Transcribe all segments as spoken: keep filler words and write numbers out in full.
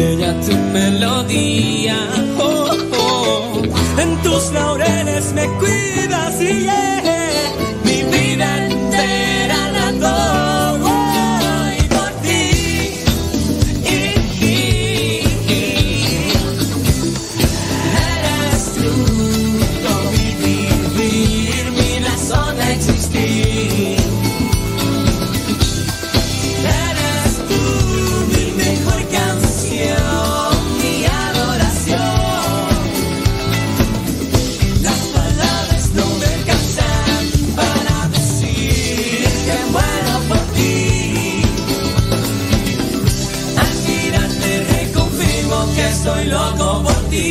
bella tu melodía. Oh, oh. En tus laureles me cuidas y yeah, mi vida entera la doy por ti. Y, y, y. Eres tú, todo mi vivir, mi razón de existir. Eres tú, mi mejor canción, mi adoración. Las palabras no me alcanzan para decir que muero por ti. Al mirarte reconfirmo que estoy loco por ti.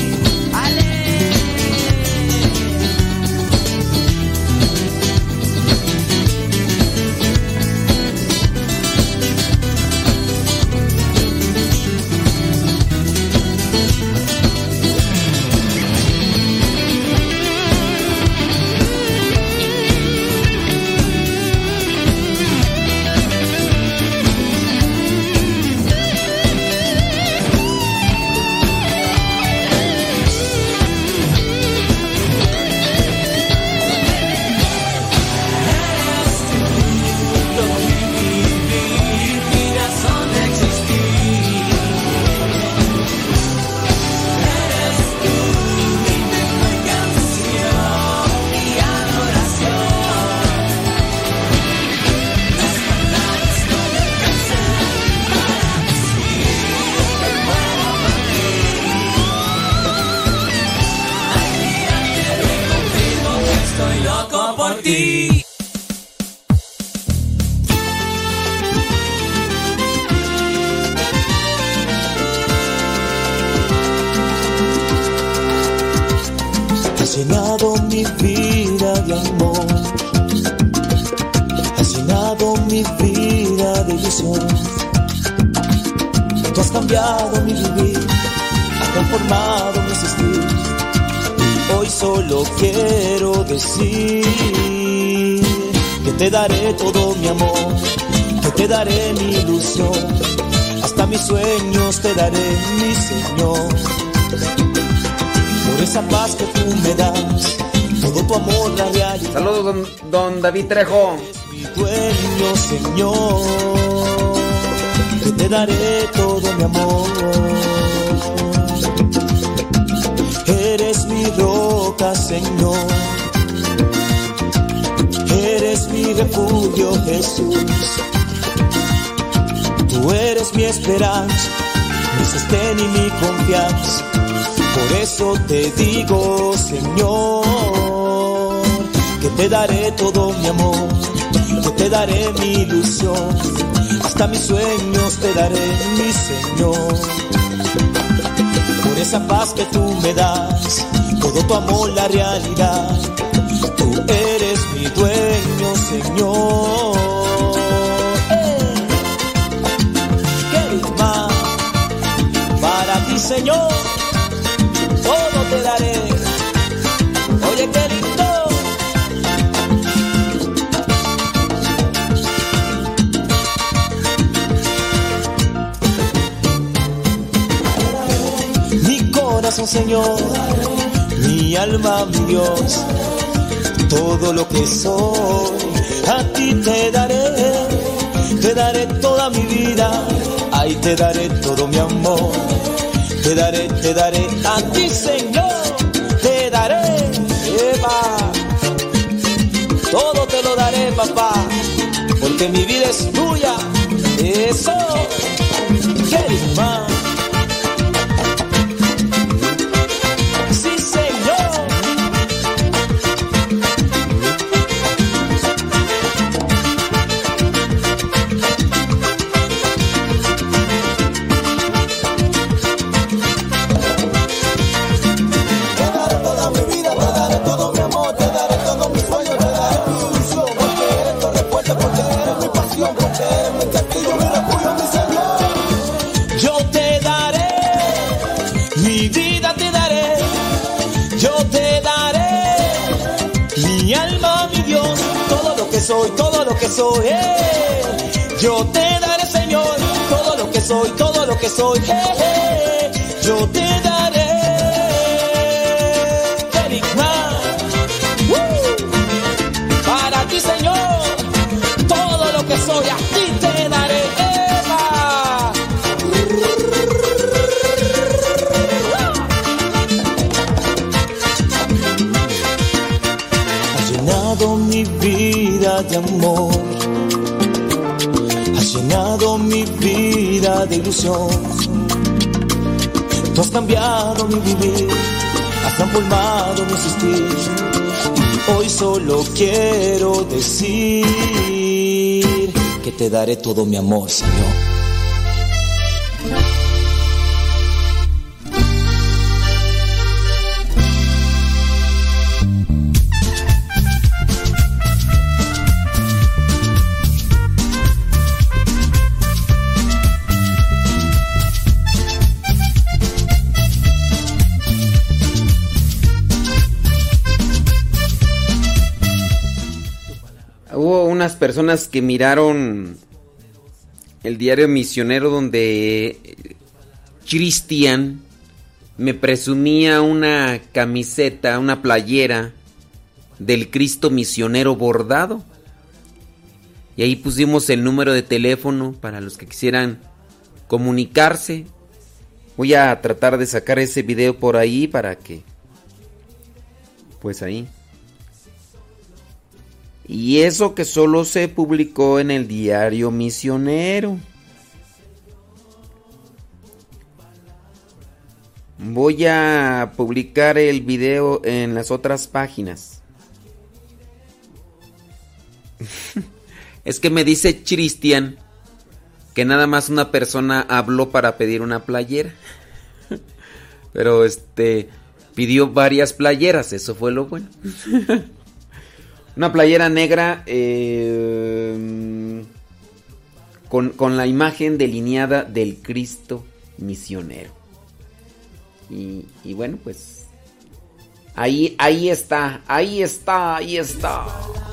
Has llenado mi vida de amor, has llenado mi vida de ilusión. Tú has cambiado mi vivir, has transformado mi existir. Hoy solo quiero decir que te daré todo mi amor, que te daré mi ilusión, hasta mis sueños te daré, mi Señor. Por esa paz que tú me das, todo tu amor, la realidad. Saludos, don, don David Trejo. Eres mi dueño, Señor, que te daré todo mi amor. Eres mi roca, Señor, eres mi refugio, Jesús. Tú eres mi esperanza, mi sostén y mi confianza. Por eso te digo, Señor, que te daré todo mi amor, que te daré mi ilusión, hasta mis sueños te daré, mi Señor. Por esa paz que tú me das, todo tu amor, la realidad. Tú eres mi dueño, Señor. ¿Qué más para ti, Señor? Todo te daré. Oye, qué lindo. Mi corazón, Señor, mi alma, mi Dios, todo lo que soy, a ti te daré. Te daré toda mi vida, ahí te daré todo mi amor. Te daré, te daré a ti, Señor, te daré, Eva. Todo te lo daré, papá, porque mi vida es tuya. Eso, ¿quieres más? Sí, Señor. Soy todo lo que soy, eh. Yo te daré, Señor, todo lo que soy, todo lo que soy, hey, hey, yo te daré. Eric Man, ¡woo! Para ti, Señor, todo lo que soy, a ti te daré. Eva. Has llenado mi vida de amor, has llenado mi vida de ilusión. Tú has cambiado mi vivir, has transformado mi existir. Y hoy solo quiero decir que te daré todo mi amor, Señor. Hubo unas personas que miraron el diario Misionero donde Cristian me presumía una camiseta, una playera del Cristo Misionero bordado. Y ahí pusimos el número de teléfono para los que quisieran comunicarse. Voy a tratar de sacar ese video por ahí para que... Pues ahí... Y eso que solo se publicó en el diario Misionero. Voy a publicar el video en las otras páginas. Es que me dice Cristian que nada más una persona habló para pedir una playera. Pero este pidió varias playeras, eso fue lo bueno. Una playera negra eh, con, con la imagen delineada del Cristo Misionero. Y, y bueno, pues ahí, ahí está, ahí está, ahí está.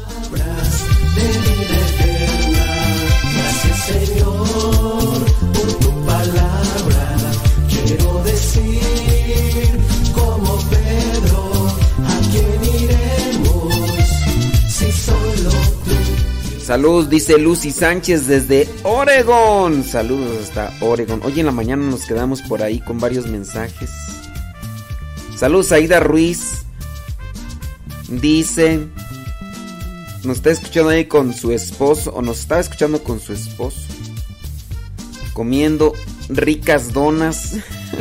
Gracias, Señor, por tu palabra. Quiero decir, como Pedro, ¿a quién iremos? Si solo tú. Saludos, dice Lucy Sánchez desde Oregón. Saludos hasta Oregón. Hoy en la mañana nos quedamos por ahí con varios mensajes. Saludos, Aida Ruiz. Dice, nos está escuchando ahí con su esposo, o nos estaba escuchando con su esposo, comiendo ricas donas.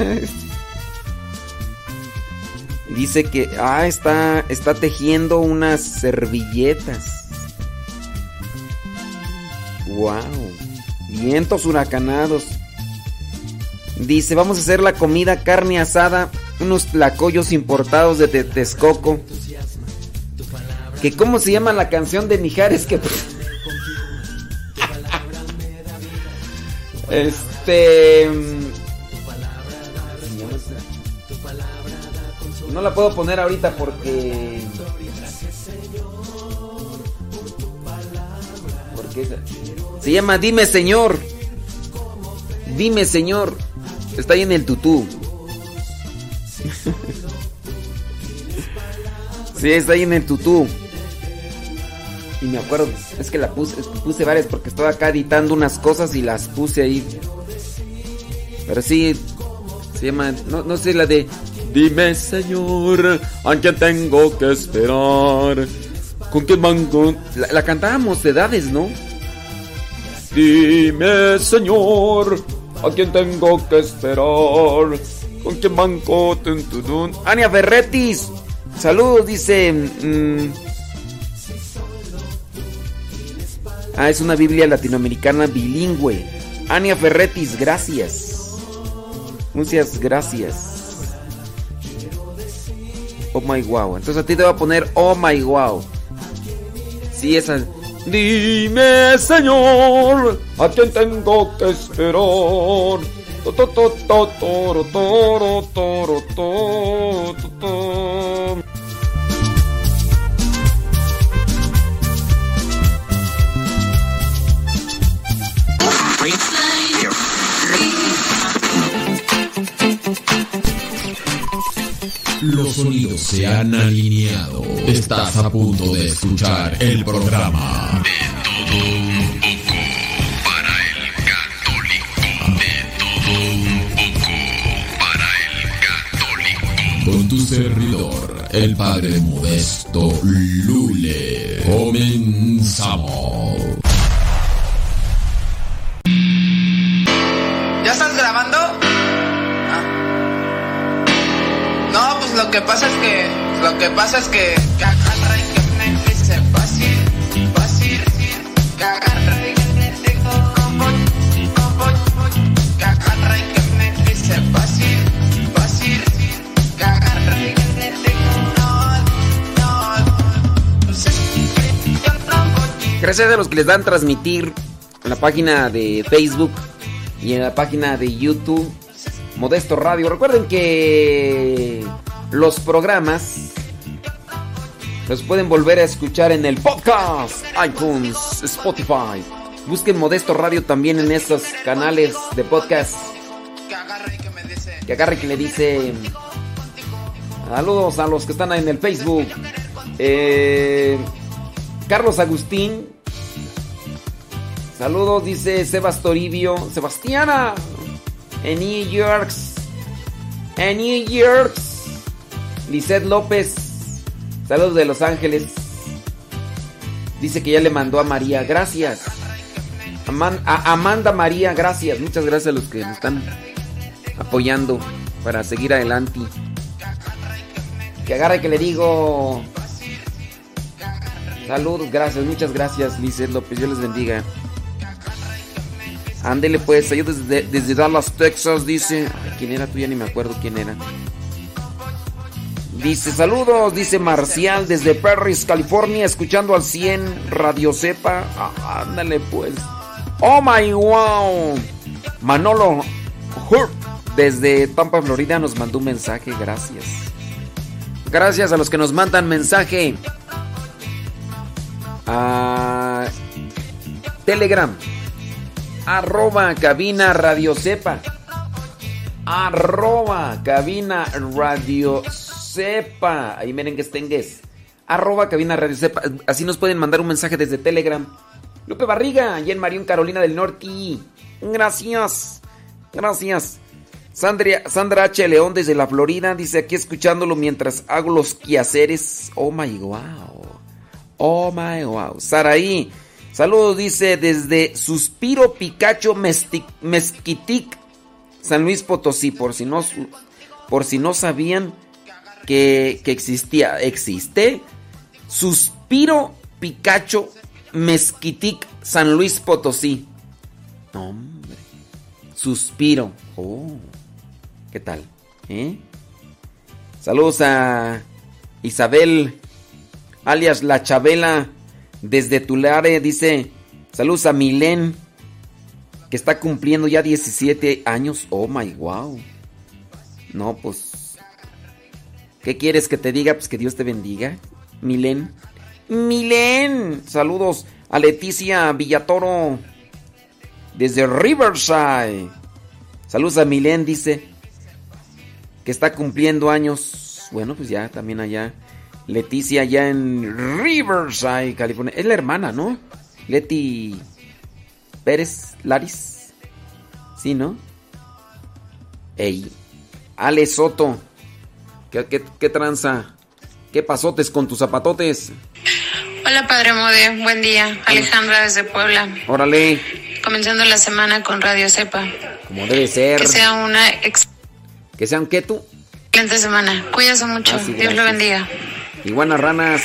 Dice que ah, está, está tejiendo unas servilletas. Wow, vientos huracanados. Dice, vamos a hacer la comida, carne asada, unos tlacoyos importados de Texcoco. Que cómo se llama la canción de Mijares que este no la puedo poner ahorita porque porque se llama Dime Señor. Dime Señor. Está ahí en el tutú. Sí, está ahí en el tutú. Y me acuerdo, es que la puse, puse varias porque estaba acá editando unas cosas y las puse ahí. Pero sí, se llama, no, no sé, la de Dime Señor, ¿a quién tengo que esperar? ¿Con qué mango? La, la cantábamos de edades, ¿no? Dime Señor, ¿a quién tengo que esperar? ¿Con qué mango? Tun, tun, tun. Ania Ferretis, saludos, dice... Mmm, Ah, es una Biblia latinoamericana bilingüe. Ania Ferretis, gracias. Muchas gracias. Oh my wow. Entonces a ti te va a poner Oh my wow. Sí, esa. Dime, Señor, ¿a quién tengo que esperar? To, to, to, to, toro, toro, toro, to, to, to. Los sonidos se han alineado. Estás a punto de escuchar el programa De Todo Un Poco para el Católico. De Todo Un Poco para el Católico. Con tu servidor, el Padre Modesto Lule. Comenzamos. ¿Ya estás grabando? Ah. No, pues lo que pasa es que... Lo que pasa es que... Que agarra y que me dice fácil, fácil. Que agarra y que me dice como, como, que agarra y que me dice fácil, fácil. Que agarra y que me dice no, no. Pues es que yo no voy. Gracias a los que les dan transmitir en la página de Facebook y en la página de YouTube Modesto Radio. Recuerden que los programas los pueden volver a escuchar en el podcast, iTunes, Spotify. Busquen Modesto Radio también en esos canales de podcast. Que agarra y que me dice... Que agarre que le dice... Saludos a los que están en el Facebook. Eh, Carlos Agustín. Saludos, dice Sebas Toribio. Sebastiana. En New York. En New York. Lisette López. Saludos de Los Ángeles. Dice que ya le mandó a María. Gracias. Aman- a Amanda María, gracias. Muchas gracias a los que nos están apoyando para seguir adelante. Que agarre que le digo. Saludos, gracias, muchas gracias, Lisette López. Dios les bendiga. Ándele pues, yo desde, desde Dallas, Texas, dice. Ay, ¿quién era tú? Ya ni me acuerdo quién era. Dice, saludos, dice Marcial desde Perris, California, escuchando al cien Radio Cepa. Ah, ándale pues. Oh my wow. Manolo Hurt desde Tampa, Florida, nos mandó un mensaje, gracias. Gracias a los que nos mandan mensaje a Telegram. Arroba cabina Radio Cepa. Arroba cabina Radio Cepa. Ahí miren que estengues. Arroba cabina Radio Cepa. Así nos pueden mandar un mensaje desde Telegram. Lupe Barriga, y en Marión, Carolina del Norte. Gracias. Gracias. Sandra, Sandra H. León desde la Florida. Dice aquí escuchándolo mientras hago los quehaceres. Oh my wow. Oh my wow. Saraí. Saludos, dice, desde Suspiro Picacho Mestic, Mezquitic, San Luis Potosí. Por si no, por si no sabían que, que existía. ¿Existe? Suspiro Picacho Mezquitic, San Luis Potosí. Hombre. Suspiro. Oh. ¿Qué tal? ¿Eh? Saludos a Isabel, alias La Chabela, desde Tulare. Dice, saludos a Milén, que está cumpliendo ya diecisiete años. Oh my wow. No, pues, ¿qué quieres que te diga? Pues que Dios te bendiga, Milén. Milén. Saludos a Leticia Villatoro desde Riverside. Saludos a Milén, dice que está cumpliendo años. Bueno, pues ya también allá Leticia, allá en Riverside, California. Es la hermana, ¿no? Leti Pérez Laris. Sí, ¿no? Ey, Ale Soto. ¿Qué, qué, qué tranza? ¿Qué pasotes con tus zapatotes? Hola, Padre Mode, buen día. Alejandra desde Puebla. Órale. Comenzando la semana con Radio Cepa. Como debe ser. Que sea una ex- ¿Que sea un qué tú? excelente semana. Cuídate mucho. Ah, sí, Dios lo bendiga. Iguanas ranas.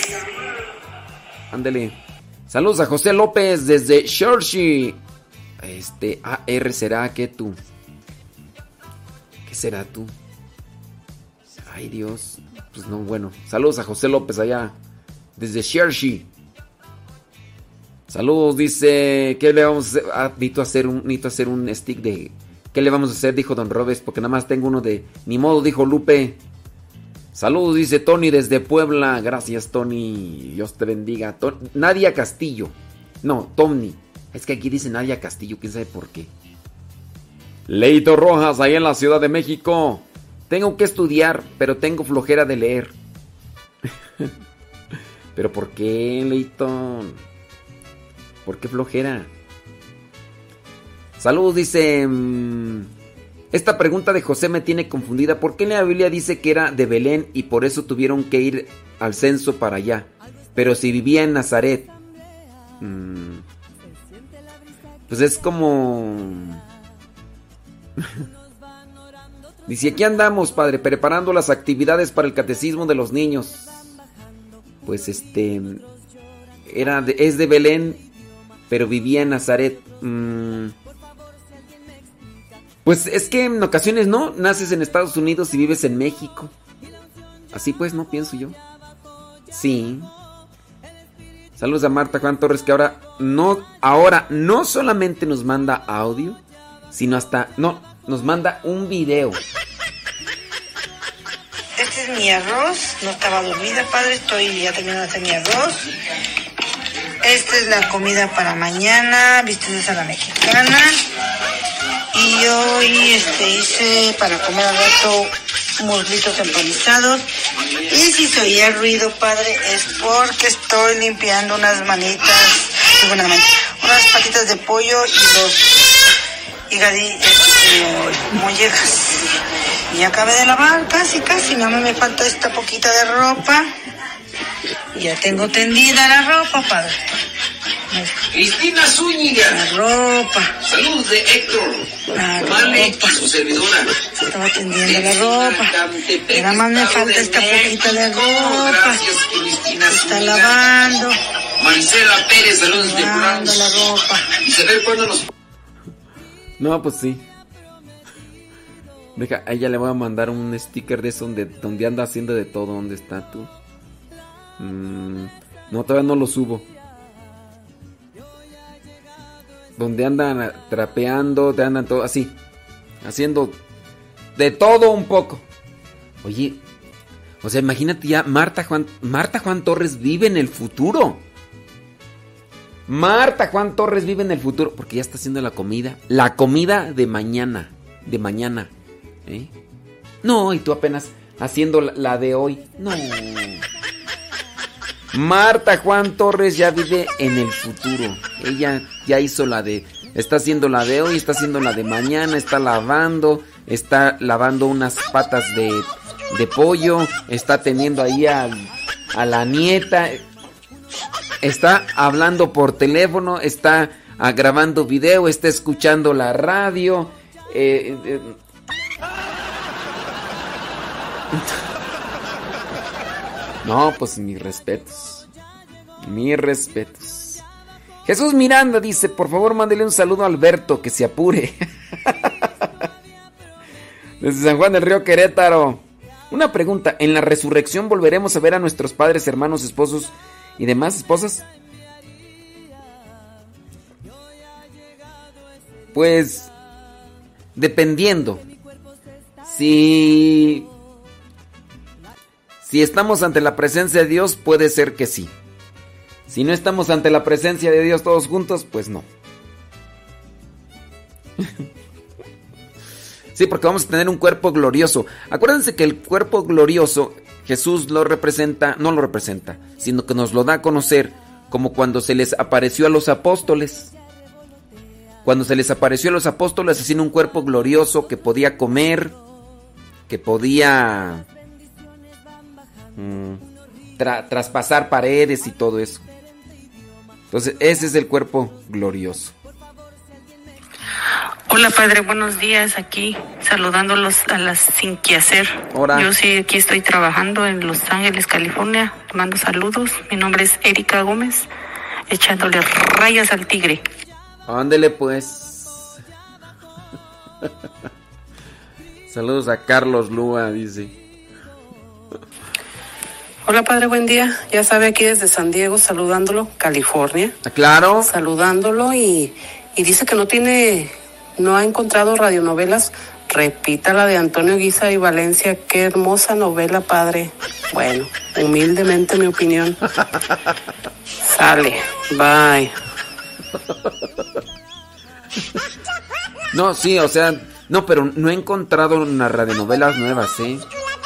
Ándele. Saludos a José López desde Churchy. Este, A R será que tú. ¿Qué será tú? Ay, Dios. Pues no, bueno. Saludos a José López allá desde Churchy. Saludos, dice, ¿qué le vamos a hacer? Ah, necesito hacer un, necesito hacer un stick de... ¿Qué le vamos a hacer? Dijo Don Robes, porque nada más tengo uno de... Ni modo, dijo Lupe. Saludos, dice Tony desde Puebla. Gracias, Tony. Dios te bendiga. Ton- Nadia Castillo. No, Tony. Es que aquí dice Nadia Castillo, quién sabe por qué. Leito Rojas, ahí en la Ciudad de México. Tengo que estudiar, pero tengo flojera de leer. ¿Pero por qué, Leighton? ¿Por qué flojera? Saludos, dice... Esta pregunta de José me tiene confundida. ¿Por qué en la Biblia dice que era de Belén y por eso tuvieron que ir al censo para allá? Pero si vivía en Nazaret. Mmm, pues es como... Dice, aquí andamos, padre, preparando las actividades para el catecismo de los niños. Pues este... Era de, es de Belén, pero vivía en Nazaret. Mm, pues es que en ocasiones no, naces en Estados Unidos y vives en México. Así pues, no pienso yo. Sí. Saludos a Marta Juan Torres, que ahora no, ahora no solamente nos manda audio, sino hasta, no, nos manda un video. Este es mi arroz, no estaba dormida, padre, estoy ya terminando de hacer mi arroz. Esta es la comida para mañana, bisteces a la mexicana. Y hoy este, hice para comer al rato muslitos empanizados. Y si se oía ruido, padre, es porque estoy limpiando unas manitas, digo, unas, manitas, unas patitas de pollo y los higadillos, este, mollejas. Y acabé de lavar, casi, casi, nada más me falta esta poquita de ropa. Y ya tengo tendida la ropa, padre. Cristina Zúñiga. La ropa. Saludos de Héctor. La Male ropa. y su servidora. Estaba tendiendo la ropa. Y nada más me falta esta poquita de ropa. Gracias, Cristina Se está Zúñiga. lavando. Maricela Pérez, saludos de Lavando Bronx. la ropa. Y se ve cuando nos... No, pues sí. Deja, a ella le voy a mandar un sticker de eso donde, donde anda haciendo de todo. ¿Dónde está tú? Mm, no, todavía no lo subo. Donde andan trapeando, te andan todo así, haciendo de todo un poco. Oye, o sea, imagínate ya, Marta Juan, Marta Juan Torres vive en el futuro. Marta Juan Torres vive en el futuro porque ya está haciendo la comida, la comida de mañana, de mañana, ¿eh? No, y tú apenas haciendo la, la de hoy. No. Marta Juan Torres ya vive en el futuro. Ella ya hizo la de... Está haciendo la de hoy, está haciendo la de mañana, está lavando, está lavando unas patas de, de pollo, está teniendo ahí a, a la nieta, está hablando por teléfono, está ah, grabando video, está escuchando la radio. Eh, eh, No, pues mis respetos. Mis respetos. Jesús Miranda dice, por favor, mándele un saludo a Alberto, que se apure. Desde San Juan del Río, Querétaro. Una pregunta, ¿en la resurrección volveremos a ver a nuestros padres, hermanos, esposos y demás esposas? Pues, dependiendo. Si... Si estamos ante la presencia de Dios, puede ser que sí. Si no estamos ante la presencia de Dios todos juntos, pues no. Sí, porque vamos a tener un cuerpo glorioso. Acuérdense que el cuerpo glorioso, Jesús lo representa, no lo representa, sino que nos lo da a conocer como cuando se les apareció a los apóstoles. Cuando se les apareció a los apóstoles haciendo un cuerpo glorioso que podía comer, que podía... Tra- traspasar paredes y todo eso. Entonces ese es el cuerpo glorioso. Hola padre, buenos días, aquí saludándolos a las sin que hacer. Hola. Yo sí aquí estoy trabajando en Los Ángeles, California. Le mando saludos, mi nombre es Erika Gómez, echándole rayas al tigre. Ándele pues. Saludos a Carlos Lua, dice. Hola padre, buen día. Ya sabe, aquí desde San Diego, saludándolo, California. Claro. Saludándolo y, y dice que no tiene, no ha encontrado radionovelas. Repita la de Antonio Guisa y Valencia. Qué hermosa novela, padre. Bueno, humildemente mi opinión. Sale, bye. No, sí, o sea, No, pero no he encontrado unas radionovelas nuevas, ¿eh?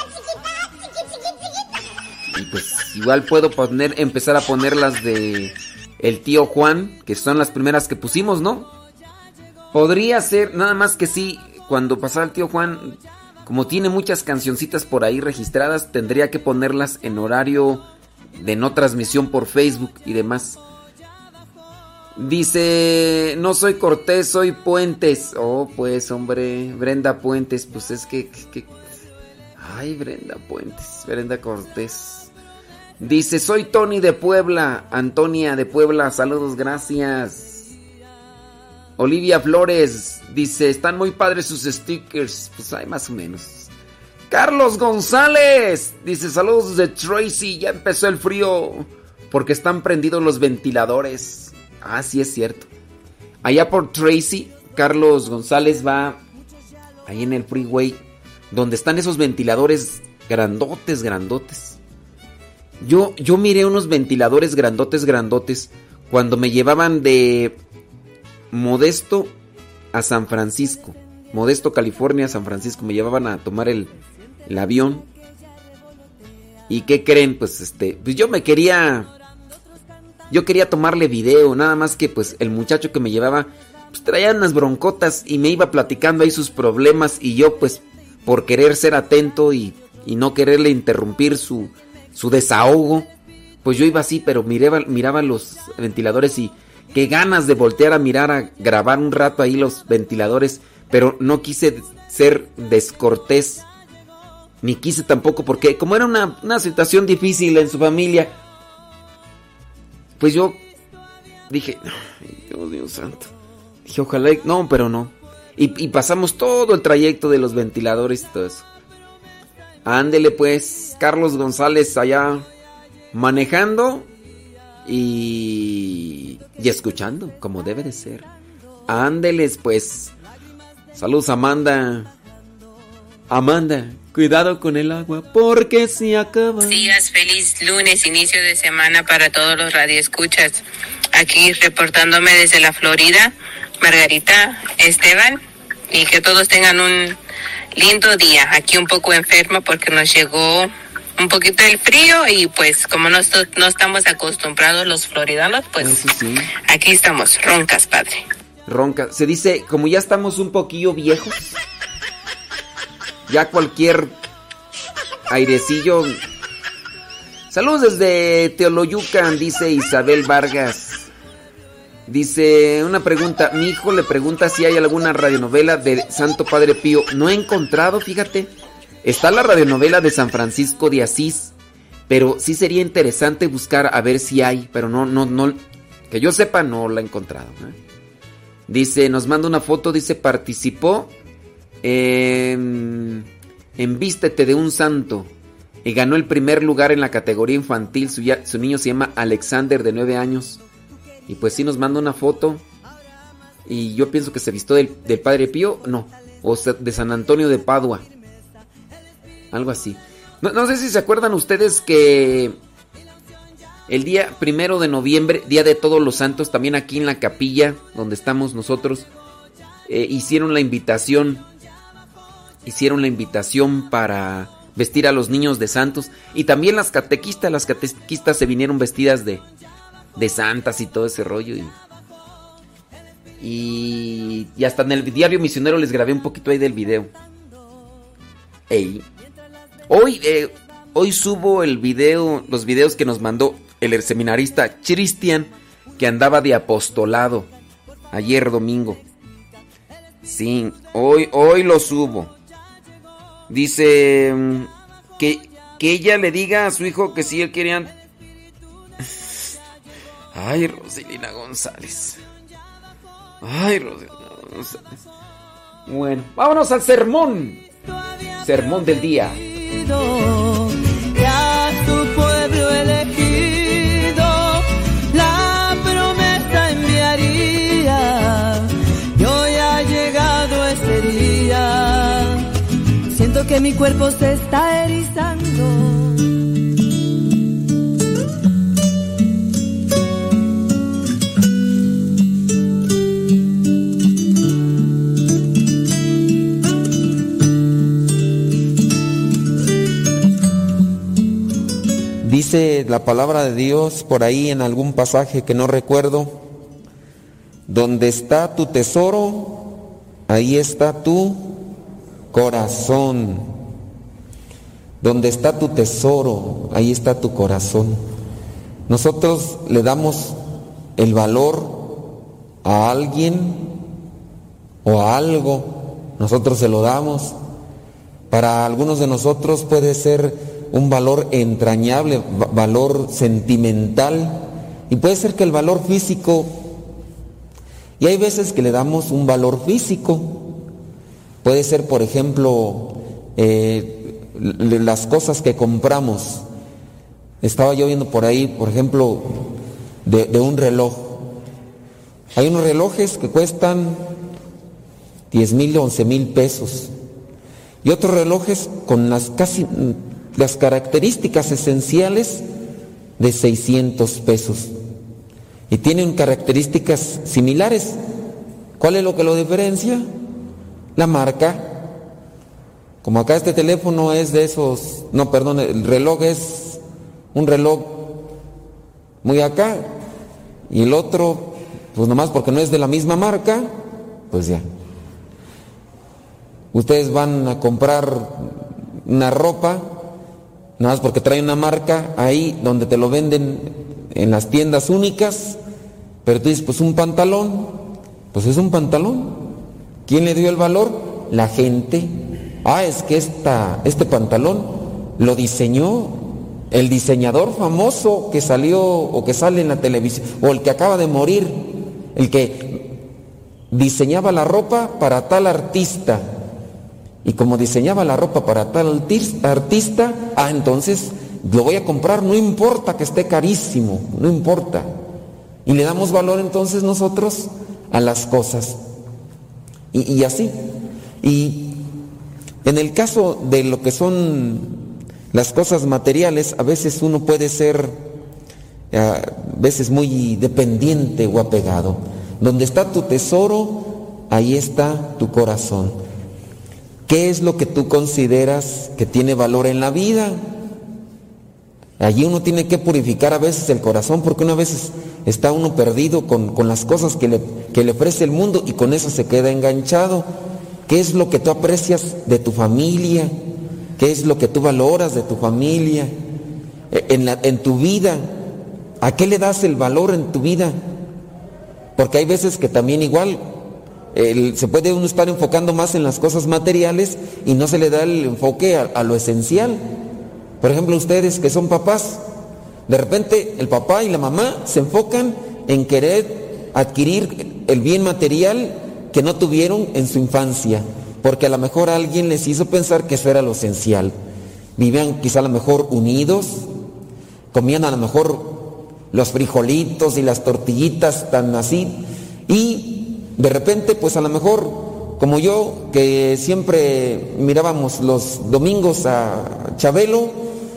Y pues igual puedo poner, empezar a poner las de El Tío Juan, que son las primeras que pusimos, ¿no? Podría ser, nada más que sí, cuando pasara El Tío Juan, como tiene muchas cancioncitas por ahí registradas, tendría que ponerlas en horario de no transmisión por Facebook y demás. Dice, no soy Cortés, soy Puentes. Oh, pues, hombre, Brenda Puentes, pues es que... que, que... Ay, Brenda Puentes, Brenda Cortés. Dice, soy Tony de Puebla, Antonia de Puebla, saludos, gracias. Olivia Flores, dice, están muy padres sus stickers. Pues hay más o menos. Carlos González, dice, saludos de Tracy, ya empezó el frío porque están prendidos los ventiladores. Ah, sí es cierto. Allá por Tracy, Carlos González va ahí en el freeway, donde están esos ventiladores grandotes, grandotes. Yo, yo miré unos ventiladores grandotes, grandotes, cuando me llevaban de Modesto a San Francisco. Modesto, California, San Francisco. Me llevaban a tomar el, el avión. ¿Y qué creen? Pues este, pues yo me quería... Yo quería tomarle video, nada más que pues el muchacho que me llevaba pues traía unas broncotas y me iba platicando ahí sus problemas y yo pues por querer ser atento y, y no quererle interrumpir su, su desahogo, pues yo iba así, pero miraba, miraba los ventiladores y qué ganas de voltear a mirar, a grabar un rato ahí los ventiladores, pero no quise ser descortés, ni quise tampoco porque como era una, una situación difícil en su familia, pues yo dije, ay, Dios, Dios santo. Dije, ojalá, no, pero no. Y, y pasamos todo el trayecto de los ventiladores y todo eso. Ándele pues, Carlos González allá manejando y, y escuchando, como debe de ser. Ándeles pues. Saludos, Amanda. Amanda, cuidado con el agua, porque se acaba. Buenos días, feliz lunes, inicio de semana para todos los radioescuchas. Aquí reportándome desde la Florida, Margarita Esteban, y que todos tengan un lindo día. Aquí un poco enferma porque nos llegó un poquito el frío y pues como no, no estamos acostumbrados los floridanos, pues sí, sí. Aquí estamos, roncas, padre. Ronca, se dice, como ya estamos un poquillo viejos, ya cualquier airecillo. Saludos desde Teoloyucan, dice Isabel Vargas. Dice, una pregunta, mi hijo le pregunta si hay alguna radionovela de Santo Padre Pío. No he encontrado, fíjate. Está la radionovela de San Francisco de Asís, pero sí sería interesante buscar a ver si hay, pero no, no, no, que yo sepa no la he encontrado, ¿eh? Dice, nos manda una foto, dice, participó en, en Vístete de un Santo y ganó el primer lugar en la categoría infantil. Su, ya, su niño se llama Alexander, de nueve años. Y pues sí nos manda una foto. Y yo pienso que se vistió del, del Padre Pío, no, o sea, de San Antonio de Padua. Algo así. No, no sé si se acuerdan ustedes que el día primero de noviembre, Día de Todos los Santos, también aquí en la capilla donde estamos nosotros, eh, hicieron la invitación, hicieron la invitación para vestir a los niños de santos. Y también las catequistas, las catequistas se vinieron vestidas de, de santas y todo ese rollo. Y, y, y hasta en el diario misionero les grabé un poquito ahí del video. Ey. Hoy, eh, hoy subo el video, los videos que nos mandó el seminarista Cristian, que andaba de apostolado ayer domingo. Sí, hoy, hoy lo subo. Dice que, que ella le diga a su hijo que si él quería. Ay, Rosilina González. Ay, Rosilina González. Bueno, vámonos al sermón. Sermón del día. Ya tu pueblo elegido la promesa enviaría, y hoy ha llegado ese día. Siento que mi cuerpo se está erizando. Dice la palabra de Dios por ahí en algún pasaje que no recuerdo, donde está tu tesoro, ahí está tu corazón. Donde está tu tesoro, ahí está tu corazón. Nosotros le damos el valor a alguien o a algo, nosotros se lo damos. Para algunos de nosotros puede ser un valor entrañable, valor sentimental, y puede ser que el valor físico, y hay veces que le damos un valor físico. Puede ser, por ejemplo, eh, las cosas que compramos. Estaba yo viendo por ahí, por ejemplo, de, de un reloj. Hay unos relojes que cuestan diez mil, once mil pesos. Y otros relojes con las casi las características esenciales de seiscientos pesos. Y tienen características similares. ¿Cuál es lo que lo diferencia? La marca. Como acá este teléfono es de esos, no, perdón, el reloj es un reloj muy acá, y el otro, pues nomás porque no es de la misma marca, pues ya. Ustedes van a comprar una ropa, nada más porque trae una marca ahí donde te lo venden en las tiendas únicas, pero tú dices, pues un pantalón, pues es un pantalón. ¿Quién le dio el valor? La gente. Ah, es que esta, este pantalón lo diseñó el diseñador famoso que salió o que sale en la televisión, o el que acaba de morir, el que diseñaba la ropa para tal artista. Y como diseñaba la ropa para tal artista, ah, entonces lo voy a comprar, no importa que esté carísimo, no importa. Y le damos valor entonces nosotros a las cosas. Y, y así. Y en el caso de lo que son las cosas materiales, a veces uno puede ser, a veces muy dependiente o apegado. Donde está tu tesoro, ahí está tu corazón. ¿Qué es lo que tú consideras que tiene valor en la vida? Allí uno tiene que purificar a veces el corazón, porque una vez está uno perdido con, con las cosas que le, que le ofrece el mundo, y con eso se queda enganchado. ¿Qué es lo que tú aprecias de tu familia? ¿Qué es lo que tú valoras de tu familia? En, la, en tu vida, ¿a qué le das el valor en tu vida? Porque hay veces que también igual el, se puede uno estar enfocando más en las cosas materiales y no se le da el enfoque a, a lo esencial. Por ejemplo, ustedes que son papás, de repente el papá y la mamá se enfocan en querer adquirir el bien material que no tuvieron en su infancia, porque a lo mejor alguien les hizo pensar que eso era lo esencial. Vivían quizá a lo mejor unidos, comían a lo mejor los frijolitos y las tortillitas tan así, y de repente pues a lo mejor, como yo, que siempre mirábamos los domingos a Chabelo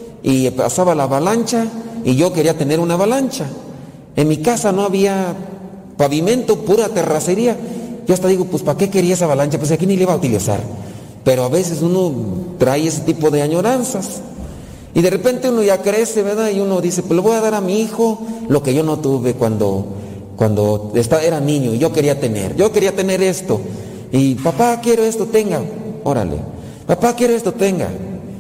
y pasaba la avalancha, y yo quería tener una avalancha. En mi casa no había pavimento, pura terracería. Yo hasta digo, pues ¿para qué quería esa avalancha? Pues aquí ni le iba a utilizar. Pero a veces uno trae ese tipo de añoranzas. Y de repente uno ya crece, ¿verdad? Y uno dice, pues le voy a dar a mi hijo lo que yo no tuve cuando, cuando estaba, era niño y yo quería tener. Yo quería tener esto. Y papá, quiero esto, tenga. Órale. Papá, quiero esto, tenga.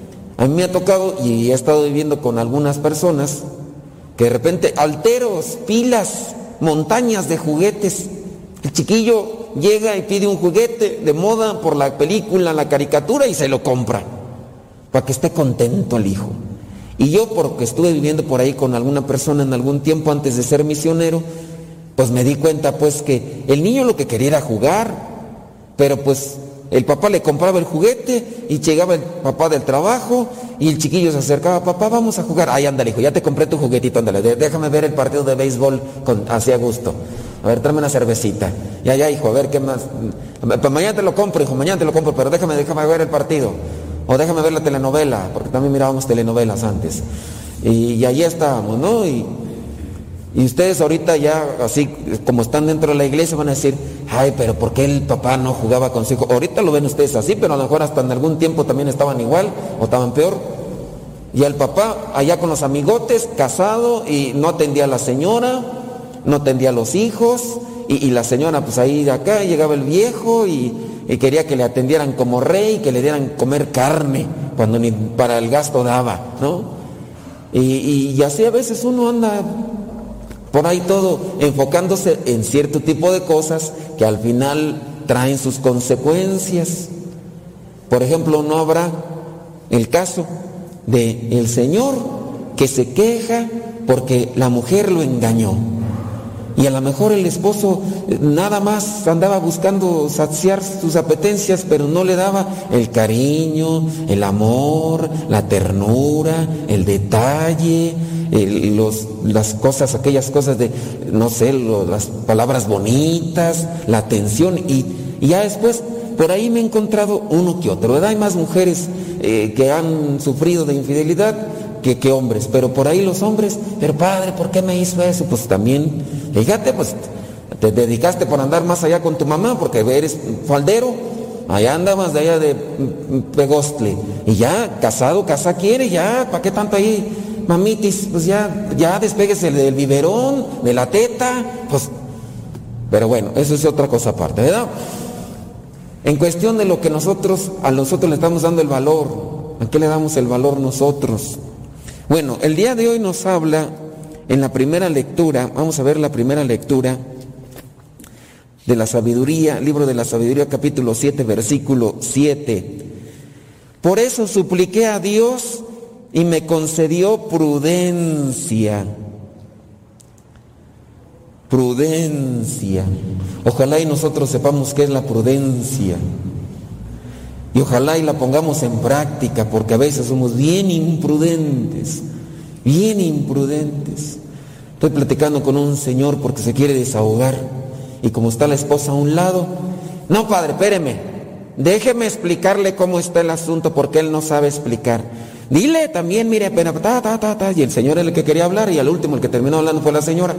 A mí me ha tocado, y he estado viviendo con algunas personas, que de repente alteros, pilas, montañas de juguetes. El chiquillo llega y pide un juguete de moda por la película, la caricatura, y se lo compra para que esté contento el hijo. Y yo, porque estuve viviendo por ahí con alguna persona en algún tiempo antes de ser misionero, pues me di cuenta pues que el niño lo que quería era jugar, pero pues el papá le compraba el juguete y llegaba el papá del trabajo y el chiquillo se acercaba, papá, vamos a jugar. Ay, ándale, hijo, ya te compré tu juguetito, ándale, déjame ver el partido de béisbol con, así a gusto. A ver, tráeme una cervecita. Ya, ya, hijo, a ver, ¿qué más? Pues mañana te lo compro, hijo, mañana te lo compro, pero déjame, déjame ver el partido. O déjame ver la telenovela, porque también mirábamos telenovelas antes. Y, y allí estábamos, ¿no? Y, y ustedes ahorita ya, así como están dentro de la iglesia, van a decir, ay, pero ¿por qué el papá no jugaba con su hijo? Ahorita lo ven ustedes así, pero a lo mejor hasta en algún tiempo también estaban igual, o estaban peor. Y el papá allá con los amigotes, casado, y no atendía a la señora, no atendía a los hijos, y, y la señora pues ahí de acá, llegaba el viejo y, y quería que le atendieran como rey, que le dieran comer carne, cuando ni para el gasto daba, ¿no? Y, y, y así a veces uno anda por ahí todo enfocándose en cierto tipo de cosas que al final traen sus consecuencias. Por ejemplo, no habrá el caso de el señor que se queja porque la mujer lo engañó, y a lo mejor el esposo nada más andaba buscando saciar sus apetencias, pero no le daba el cariño, el amor, la ternura, el detalle, el, los, las cosas, aquellas cosas de, no sé, lo, las palabras bonitas, la atención, y, y ya después por ahí me he encontrado uno que otro, ¿verdad? Hay más mujeres eh, que han sufrido de infidelidad que, que hombres, pero por ahí los hombres, pero padre, ¿por qué me hizo eso? Pues también, fíjate, pues te dedicaste por andar más allá con tu mamá, porque eres faldero, allá andabas de allá de Pegostle, y ya casado, casa quiere, ya, ¿para qué tanto ahí, mamitis? Pues ya, ya despéguese del biberón, de la teta, pues, pero bueno, eso es otra cosa aparte, ¿verdad? En cuestión de lo que nosotros, a nosotros le estamos dando el valor, ¿a qué le damos el valor nosotros? Bueno, el día de hoy nos habla en la primera lectura, vamos a ver la primera lectura de la sabiduría, libro de la sabiduría, capítulo siete, versículo siete. Por eso supliqué a Dios y me concedió prudencia. Prudencia. Ojalá y nosotros sepamos qué es la prudencia. Y ojalá y la pongamos en práctica, porque a veces somos bien imprudentes, bien imprudentes. Estoy platicando con un señor porque se quiere desahogar, y como está la esposa a un lado, no padre, espéreme, déjeme explicarle cómo está el asunto, porque él no sabe explicar. Dile también, mire, pena, ta, ta, ta, ta, y el señor es el que quería hablar, y al último el que terminó hablando fue la señora.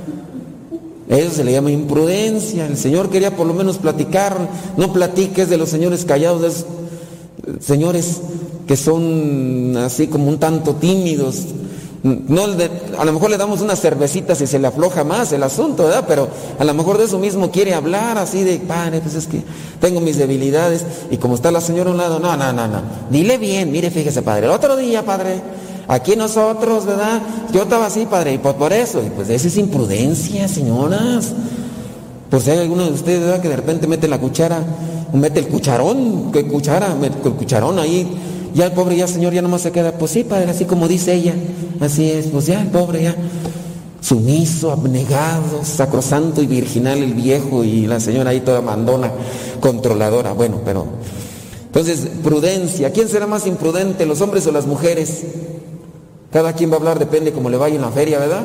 Eso se le llama imprudencia. El Señor quería por lo menos platicar. No platiques de los señores callados, de esos señores que son así como un tanto tímidos. No, de, a lo mejor le damos unas cervecitas y se le afloja más el asunto, ¿verdad? Pero a lo mejor de eso mismo quiere hablar, así de, padre, pues es que tengo mis debilidades. Y como está la señora a un lado, no, no, no, no, dile bien, mire, fíjese, padre, el otro día, padre, aquí nosotros, ¿verdad? Yo estaba así, padre, y por, por eso, y pues esa es imprudencia, señoras. Por si hay alguno de ustedes, ¿verdad?, que de repente mete la cuchara, mete el cucharón, ¿qué cuchara? Mete el cucharón ahí, ya el pobre, ya señor, ya nomás se queda, pues sí, padre, así como dice ella, así es, pues ya el pobre, ya, sumiso, abnegado, sacrosanto y virginal el viejo, y la señora ahí toda mandona, controladora, bueno, pero... Entonces, prudencia, ¿quién será más imprudente, los hombres o las mujeres? Cada quien va a hablar, depende cómo le vaya en la feria, ¿verdad?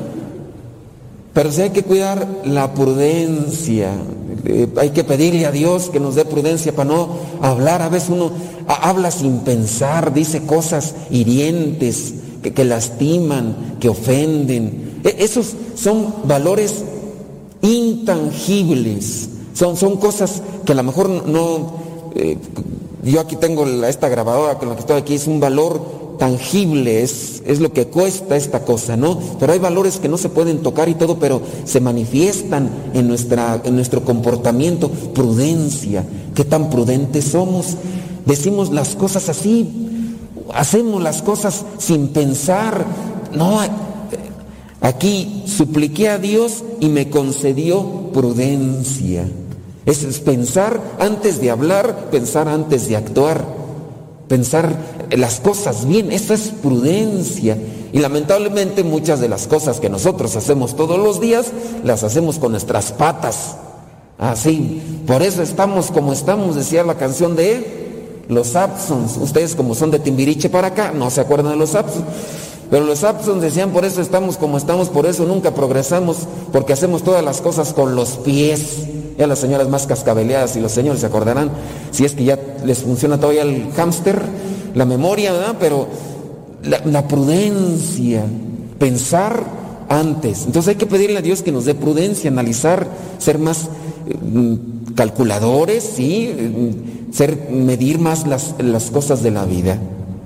Pero sí hay que cuidar la prudencia. Eh, hay que pedirle a Dios que nos dé prudencia para no hablar. A veces uno a, habla sin pensar, dice cosas hirientes, que, que lastiman, que ofenden. E, esos son valores intangibles. Son, son cosas que a lo mejor no... Eh, yo aquí tengo la, esta grabadora con la que estoy aquí, es un valor tangible, es, es lo que cuesta esta cosa, ¿no? Pero hay valores que no se pueden tocar y todo, pero se manifiestan en, nuestra, en nuestro comportamiento. Prudencia, ¿qué tan prudentes somos? Decimos las cosas así, hacemos las cosas sin pensar. No, aquí supliqué a Dios y me concedió prudencia. Es pensar antes de hablar, pensar antes de actuar, pensar las cosas bien, esa es prudencia. Y lamentablemente muchas de las cosas que nosotros hacemos todos los días, las hacemos con nuestras patas, así. Por eso estamos como estamos, decía la canción de los Absons. Ustedes como son de Timbiriche para acá, no se acuerdan de los Absons. Pero los Absons decían, por eso estamos como estamos, por eso nunca progresamos, porque hacemos todas las cosas con los pies. Ya las señoras más cascabeleadas y los señores se acordarán, si es que ya les funciona todavía el hámster, la memoria, ¿verdad? Pero la, la prudencia, pensar antes. Entonces hay que pedirle a Dios que nos dé prudencia, analizar, ser más eh, calculadores, ¿sí? Ser, medir más las, las cosas de la vida.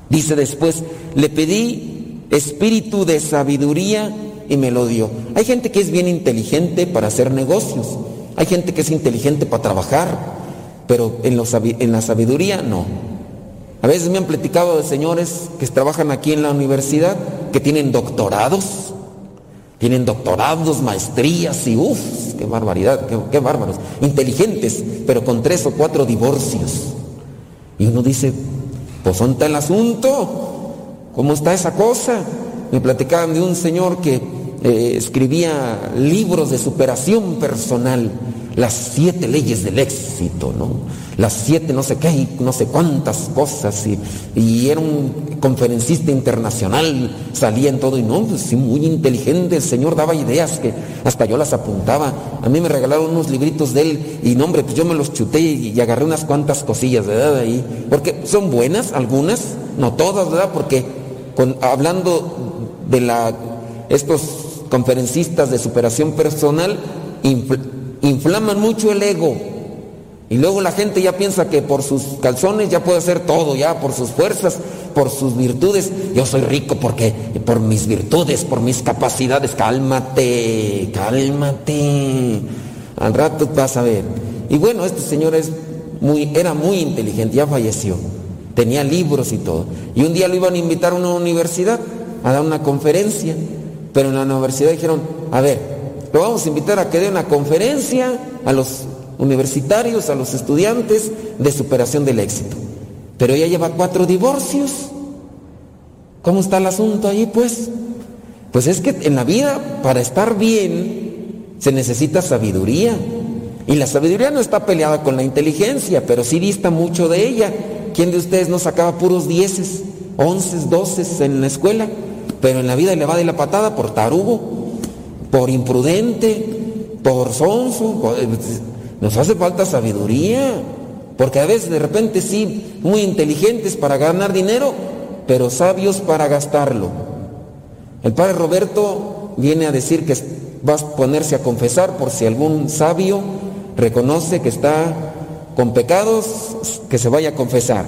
Dice después, le pedí espíritu de sabiduría y me lo dio. Hay gente que es bien inteligente para hacer negocios, hay gente que es inteligente para trabajar, pero en, los, en la sabiduría no. A veces me han platicado de señores que trabajan aquí en la universidad, que tienen doctorados, tienen doctorados, maestrías y uff, qué barbaridad, qué, qué bárbaros, inteligentes, pero con tres o cuatro divorcios. Y uno dice, pues ¿dónde está el asunto? ¿Cómo está esa cosa? Me platicaban de un señor que eh, escribía libros de superación personal, las siete leyes del éxito, ¿no? Las siete no sé qué, no sé cuántas cosas, y, y era un conferencista internacional, salía en todo, y no, pues sí, muy inteligente, el señor daba ideas que hasta yo las apuntaba. A mí me regalaron unos libritos de él, y no, hombre, pues yo me los chuté y, y agarré unas cuantas cosillas, ¿verdad? Ahí, porque son buenas, algunas, no todas, ¿verdad? Porque con, hablando de la, estos conferencistas de superación personal, infl, inflaman mucho el ego. Y luego la gente ya piensa que por sus calzones ya puede hacer todo, ya por sus fuerzas, por sus virtudes. Yo soy rico porque por mis virtudes, por mis capacidades. Cálmate, cálmate. Al rato vas a ver. Y bueno, este señor es muy, era muy inteligente, ya falleció. Tenía libros y todo. Y un día lo iban a invitar a una universidad a dar una conferencia. Pero en la universidad dijeron, a ver, lo vamos a invitar a que dé una conferencia a los universitarios, a los estudiantes de superación del éxito. Pero ella lleva cuatro divorcios. ¿Cómo está el asunto ahí, pues? Pues es que en la vida, para estar bien, se necesita sabiduría. Y la sabiduría no está peleada con la inteligencia, pero sí dista mucho de ella. ¿Quién de ustedes no sacaba puros dieces, onces, doces en la escuela? Pero en la vida le va de la patada por tarugo, por imprudente, por sonso. Por... Nos hace falta sabiduría, porque a veces de repente sí, muy inteligentes para ganar dinero, pero sabios para gastarlo. El padre Roberto viene a decir que va a ponerse a confesar por si algún sabio reconoce que está con pecados, que se vaya a confesar.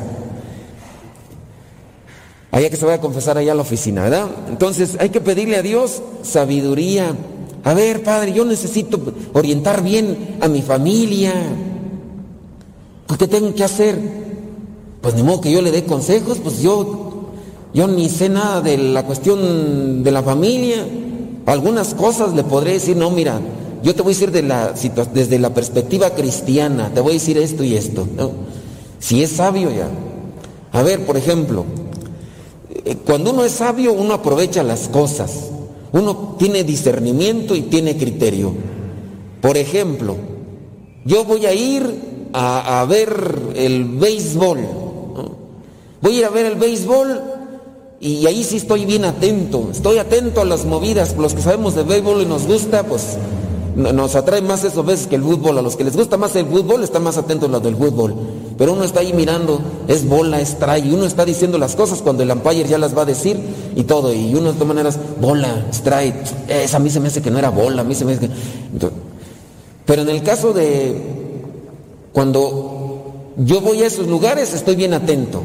Allá que se vaya a confesar allá a la oficina, ¿verdad? Entonces hay que pedirle a Dios sabiduría. A ver, padre, yo necesito orientar bien a mi familia. ¿Qué tengo que hacer? Pues ni modo que yo le dé consejos, pues yo, yo ni sé nada de la cuestión de la familia. Algunas cosas le podré decir, no, mira, yo te voy a decir de la, desde la perspectiva cristiana, te voy a decir esto y esto, ¿no? Si es sabio ya. A ver, por ejemplo, cuando uno es sabio, uno aprovecha las cosas. Uno tiene discernimiento y tiene criterio. Por ejemplo, yo voy a ir a, a ver el béisbol, ¿no? Voy a ir a ver el béisbol y ahí sí estoy bien atento. Estoy atento a las movidas. Los que sabemos de béisbol y nos gusta, pues nos atrae más eso a veces que el fútbol. A los que les gusta más el fútbol están más atentos a los del fútbol. Pero uno está ahí mirando, es bola, es strike, y uno está diciendo las cosas cuando el umpire ya las va a decir y todo, y uno de todas maneras, bola, strike, esa a mí se me hace que no era bola, a mí se me hace que... Entonces, pero en el caso de cuando yo voy a esos lugares estoy bien atento,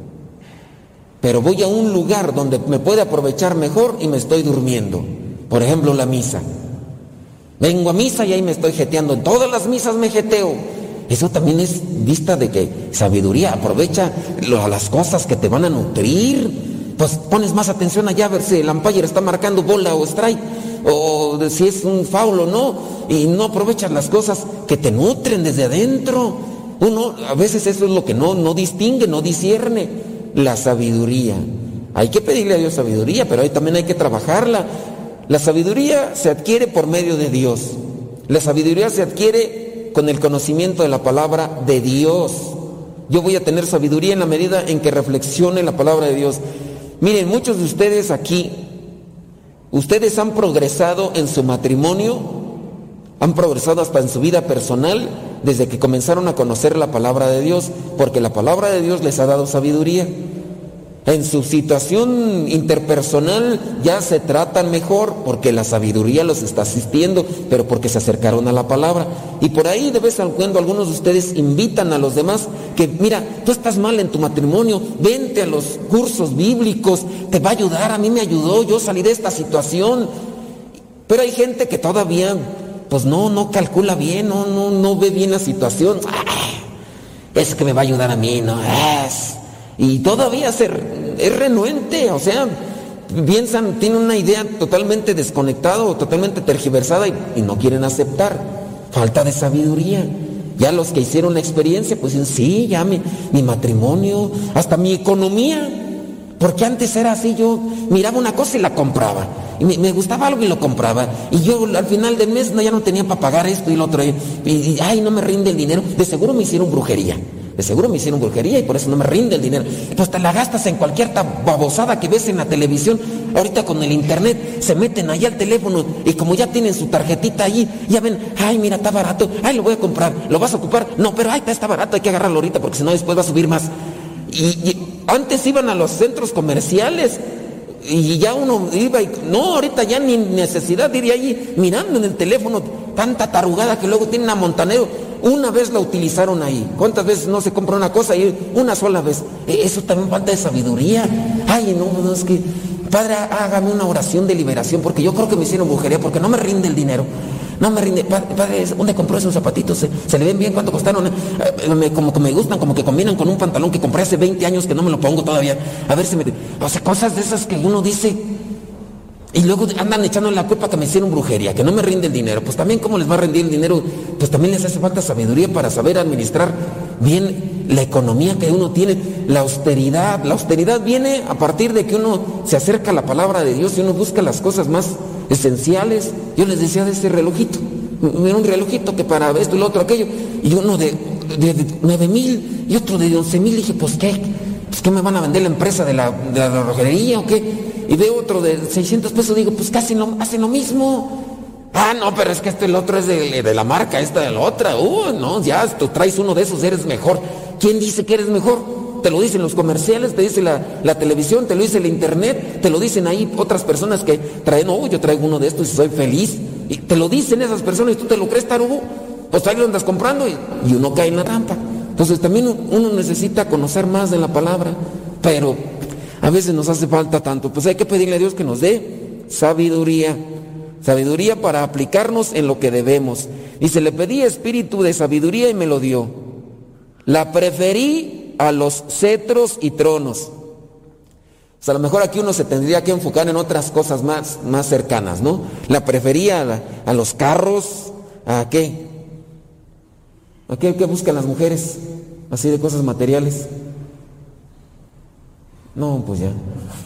pero voy a un lugar donde me puede aprovechar mejor y me estoy durmiendo. Por ejemplo, la misa. Vengo a misa y ahí me estoy jeteando, en todas las misas me jeteo. Eso también es vista de que sabiduría, aprovecha las cosas que te van a nutrir. Pues pones más atención allá a ver si el umpire está marcando bola o strike, o si es un foul o no, y no aprovechas las cosas que te nutren desde adentro. Uno, a veces eso es lo que no, no distingue, no discierne, la sabiduría. Hay que pedirle a Dios sabiduría, pero ahí también hay que trabajarla. La sabiduría se adquiere por medio de Dios. La sabiduría se adquiere con el conocimiento de la palabra de Dios. Yo voy a tener sabiduría en la medida en que reflexione la palabra de Dios. Miren, muchos de ustedes aquí, ustedes han progresado en su matrimonio, han progresado hasta en su vida personal desde que comenzaron a conocer la palabra de Dios, porque la palabra de Dios les ha dado sabiduría. en su situación interpersonal ya se tratan mejor porque la sabiduría los está asistiendo, pero porque se acercaron a la palabra. Y por ahí de vez en cuando algunos de ustedes invitan a los demás que, mira, tú estás mal en tu matrimonio, vente a los cursos bíblicos, te va a ayudar, a mí me ayudó, yo salí de esta situación. Pero hay gente que todavía, pues no, no calcula bien, no, no, no ve bien la situación. Es que me va a ayudar a mí, no es... Y todavía se, es renuente, o sea, piensan, tienen una idea totalmente desconectada o totalmente tergiversada y, y no quieren aceptar. Falta de sabiduría. Ya los que hicieron la experiencia, pues dicen, sí, ya mi, mi matrimonio, hasta mi economía. Porque antes era así, yo miraba una cosa y la compraba. Y me, me gustaba algo y lo compraba. Y yo al final del mes no, ya no tenía para pagar esto y lo otro. Y, y ay, no me rinde el dinero. De seguro me hicieron brujería. De seguro me hicieron brujería y por eso no me rinde el dinero. Pues te la gastas en cualquier babosada que ves en la televisión. Ahorita con el internet se meten ahí al teléfono y como ya tienen su tarjetita ahí, ya ven, ay, mira, está barato, ay, lo voy a comprar, ¿lo vas a ocupar? No, pero ay, está, está barato, hay que agarrarlo ahorita porque si no después va a subir más. Y, y antes iban a los centros comerciales y ya uno iba y... No, ahorita ya ni necesidad de ir ahí mirando en el teléfono, tanta tarugada que luego tienen a Montanero. Una vez la utilizaron ahí. ¿Cuántas veces no se compra una cosa y una sola vez? Eso también falta de sabiduría. Ay, no, no, es que... Padre, hágame una oración de liberación porque yo creo que me hicieron brujería porque no me rinde el dinero. No me rinde. Padre, padre, ¿dónde compró esos zapatitos? ¿Se, se le ven bien? ¿Cuánto costaron? Eh, me, como que me gustan, como que combinan con un pantalón que compré hace veinte años que no me lo pongo todavía. A ver si me... O sea, cosas de esas que uno dice... Y luego andan echando la culpa que me hicieron brujería, que no me rinde el dinero. Pues también, ¿cómo les va a rendir el dinero? Pues también les hace falta sabiduría para saber administrar bien la economía que uno tiene. La austeridad, la austeridad viene a partir de que uno se acerca a la palabra de Dios y uno busca las cosas más esenciales. Yo les decía de ese relojito, era un relojito que para esto y lo otro, aquello, y uno de, de, de nueve mil y otro de once mil, dije, pues qué, pues qué me van a vender la empresa de la, de la relojería o qué. Y veo otro de seiscientos pesos, digo, pues casi no, hacen lo mismo. Ah, no, pero es que este el otro es de, de la marca, esta de la otra. Uh, no, ya, tú traes uno de esos, eres mejor. ¿Quién dice que eres mejor? Te lo dicen los comerciales, te dice la, la televisión, te lo dice el internet, te lo dicen ahí otras personas que traen, no, yo traigo uno de estos y soy feliz. Y te lo dicen esas personas y tú te lo crees, tarugo. Pues ahí lo andas comprando y, y uno cae en la trampa. Entonces también uno necesita conocer más de la palabra, pero... A veces nos hace falta tanto, pues hay que pedirle a Dios que nos dé sabiduría, sabiduría para aplicarnos en lo que debemos. Dice, le pedí espíritu de sabiduría y me lo dio. La preferí a los cetros y tronos. O sea, a lo mejor aquí uno se tendría que enfocar en otras cosas más, más cercanas, ¿no? La prefería a, la, a los carros, ¿a qué? ¿A qué, qué buscan las mujeres? Así de cosas materiales. No, pues ya.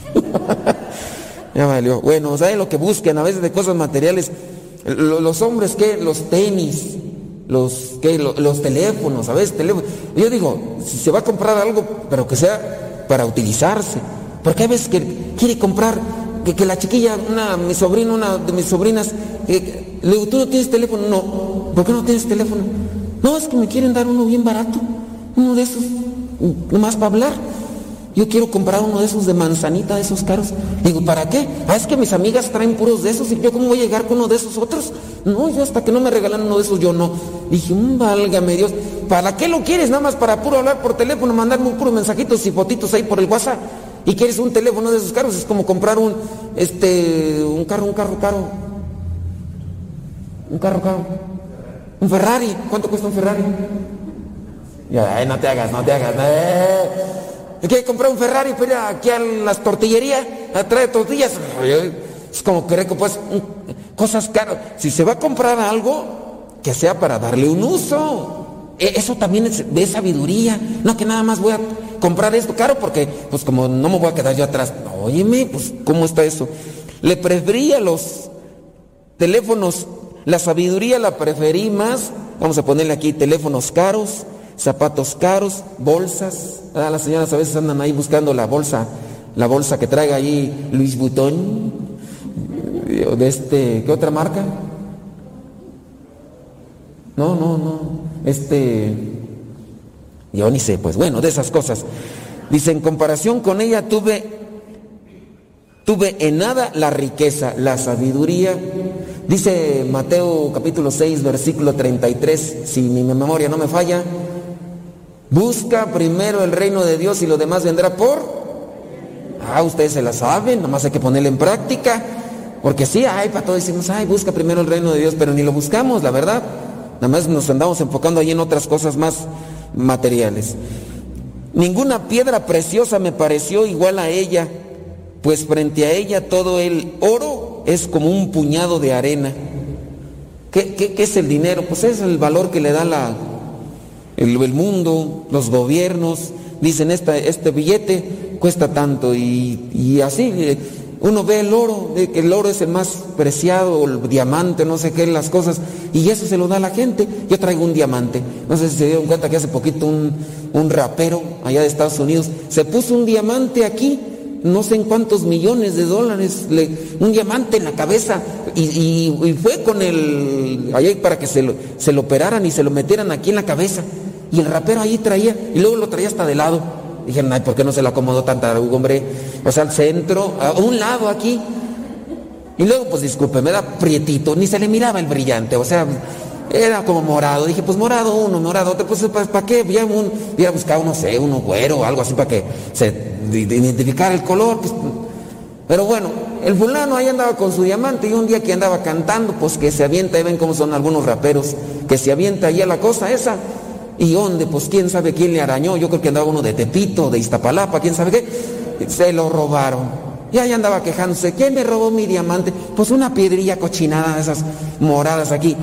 Ya valió. Bueno, ¿saben lo que buscan a veces de cosas materiales? Los hombres, ¿qué? Los tenis, los, ¿qué? Los teléfonos, a veces teléfonos. Yo digo, si se va a comprar algo, pero que sea para utilizarse. Porque hay veces que quiere comprar, que, que la chiquilla, una, mi sobrina, una de mis sobrinas, que, le digo, ¿tú no tienes teléfono? No. ¿Por qué no tienes teléfono? No, es que me quieren dar uno bien barato, uno de esos, nomás para hablar. Yo quiero comprar uno de esos de manzanita, de esos caros. Digo, ¿para qué? Ah, es que mis amigas traen puros de esos y yo cómo voy a llegar con uno de esos otros. No, yo hasta que no me regalan uno de esos, yo no. Dije, mmm, válgame Dios, ¿para qué lo quieres? Nada más para puro hablar por teléfono, mandarme un puros mensajitos y fotitos ahí por el WhatsApp. Y quieres un teléfono de esos caros, es como comprar un, este, un carro, un carro caro. Un carro caro. Un Ferrari, ¿cuánto cuesta un Ferrari? Ya, eh, no te hagas, no te hagas, eh. Hay que comprar un Ferrari para ir aquí a las tortillerías a traer tortillas. Es como querer que pues cosas caras. Si se va a comprar algo, que sea para darle un uso. Eso también es de sabiduría. No que nada más voy a comprar esto caro porque, pues como no me voy a quedar yo atrás. No, óyeme, pues ¿cómo está eso? Le prefería los teléfonos, la sabiduría la preferí más. Vamos a ponerle aquí teléfonos caros, zapatos caros, bolsas. Ah, las señoras a veces andan ahí buscando la bolsa, la bolsa que traiga ahí Louis Vuitton, de este, ¿qué otra marca? No, no, no, este, yo ni sé, pues bueno, de esas cosas. Dice, en comparación con ella tuve, tuve en nada la riqueza, la sabiduría. Dice Mateo capítulo seis, versículo treinta y tres, si mi memoria no me falla, busca primero el reino de Dios y lo demás vendrá por... Ah, ustedes se la saben, nomás hay que ponerla en práctica. Porque sí, ay, para todos decimos, ay, busca primero el reino de Dios, pero ni lo buscamos, la verdad. Nada más nos andamos enfocando ahí en otras cosas más materiales. Ninguna piedra preciosa me pareció igual a ella, pues frente a ella todo el oro es como un puñado de arena. ¿Qué, qué, qué es el dinero? Pues es el valor que le da la, el, el mundo, los gobiernos. Dicen, esta, este billete cuesta tanto y, y así uno ve el oro, de que el oro es el más preciado, el diamante, no sé qué, las cosas, y eso se lo da a la gente. Yo traigo un diamante. No sé si se dieron cuenta que hace poquito un, un rapero allá de Estados Unidos se puso un diamante aquí, no sé en cuántos millones de dólares, le, un diamante en la cabeza, y, y, y fue con el, allá para que se lo, se lo operaran y se lo metieran aquí en la cabeza. Y el rapero ahí traía, y luego lo traía hasta de lado. Dijeron, ay, ¿por qué no se lo acomodó tan tarugo, hombre? O sea, al centro, a un lado aquí. Y luego, pues disculpe, me da prietito, ni se le miraba el brillante, o sea, era como morado. Dije, pues morado uno, morado otro, pues ¿para pa qué? Había un, había buscado, no sé, uno güero o algo así para que se identificara el color. Pues. Pero bueno, el fulano ahí andaba con su diamante y un día que andaba cantando, pues que se avienta, ahí ven cómo son algunos raperos, que se avienta ahí a la cosa esa. ¿Y dónde? Pues quién sabe quién le arañó. Yo creo que andaba uno de Tepito, de Iztapalapa, quién sabe qué. Se lo robaron. Y ahí andaba quejándose. ¿Quién me robó mi diamante? Pues una piedrilla cochinada de esas moradas aquí.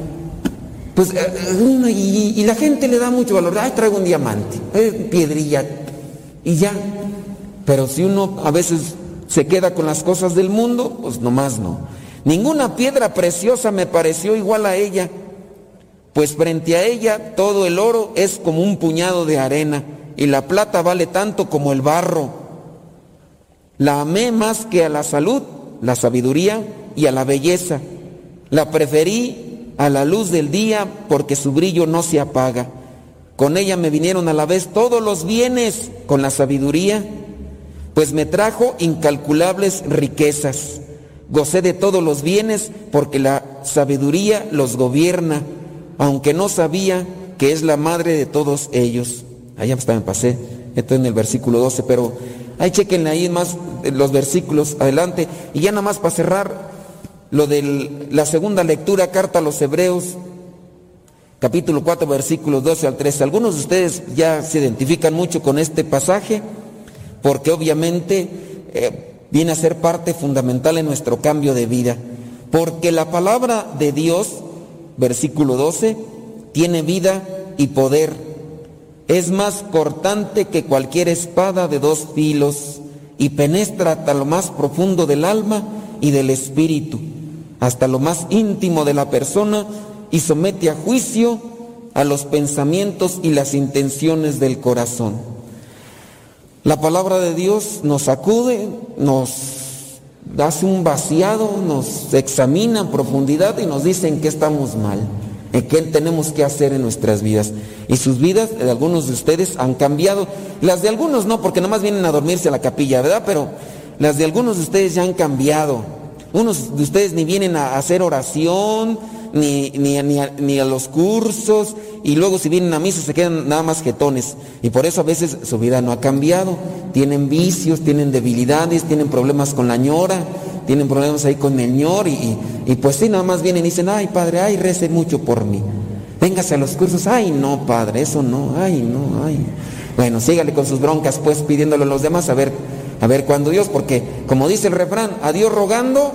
Pues, eh, y, y la gente le da mucho valor. Ay, traigo un diamante, eh, piedrilla. Y ya. Pero si uno a veces se queda con las cosas del mundo, pues nomás no. Ninguna piedra preciosa me pareció igual a ella. Pues frente a ella todo el oro es como un puñado de arena, y la plata vale tanto como el barro. La amé más que a la salud, la sabiduría y a la belleza. La preferí a la luz del día porque su brillo no se apaga. Con ella me vinieron a la vez todos los bienes, con la sabiduría, pues me trajo incalculables riquezas. Gocé de todos los bienes porque la sabiduría los gobierna, aunque no sabía que es la madre de todos ellos. Allá hasta me pasé, esto en el versículo doce, pero ahí chequenle ahí más los versículos adelante. Y ya nada más para cerrar lo de la segunda lectura, carta a los Hebreos, capítulo cuatro, versículos doce al trece. Algunos de ustedes ya se identifican mucho con este pasaje, porque obviamente eh, viene a ser parte fundamental en nuestro cambio de vida. Porque la palabra de Dios, versículo doce, tiene vida y poder. Es más cortante que cualquier espada de dos filos y penetra hasta lo más profundo del alma y del espíritu, hasta lo más íntimo de la persona, y somete a juicio a los pensamientos y las intenciones del corazón. La palabra de Dios nos sacude, nos hace un vaciado, nos examina en profundidad y nos dice en qué estamos mal, en qué tenemos que hacer en nuestras vidas. Y sus vidas, de algunos de ustedes, han cambiado. Las de algunos no, porque nomás vienen a dormirse a la capilla, ¿verdad? Pero las de algunos de ustedes ya han cambiado. Unos de ustedes ni vienen a hacer oración, ni, ni, ni, a, ni a los cursos, y luego si vienen a misa se quedan nada más jetones. Y por eso a veces su vida no ha cambiado. Tienen vicios, tienen debilidades, tienen problemas con la ñora, tienen problemas ahí con el ñor, y, y, y pues sí, nada más vienen y dicen, ay padre, ay, rece mucho por mí. Véngase a los cursos, ay no padre, eso no, ay no, ay. Bueno, sígale con sus broncas pues, pidiéndole a los demás a ver, a ver cuándo Dios, porque como dice el refrán, a Dios rogando,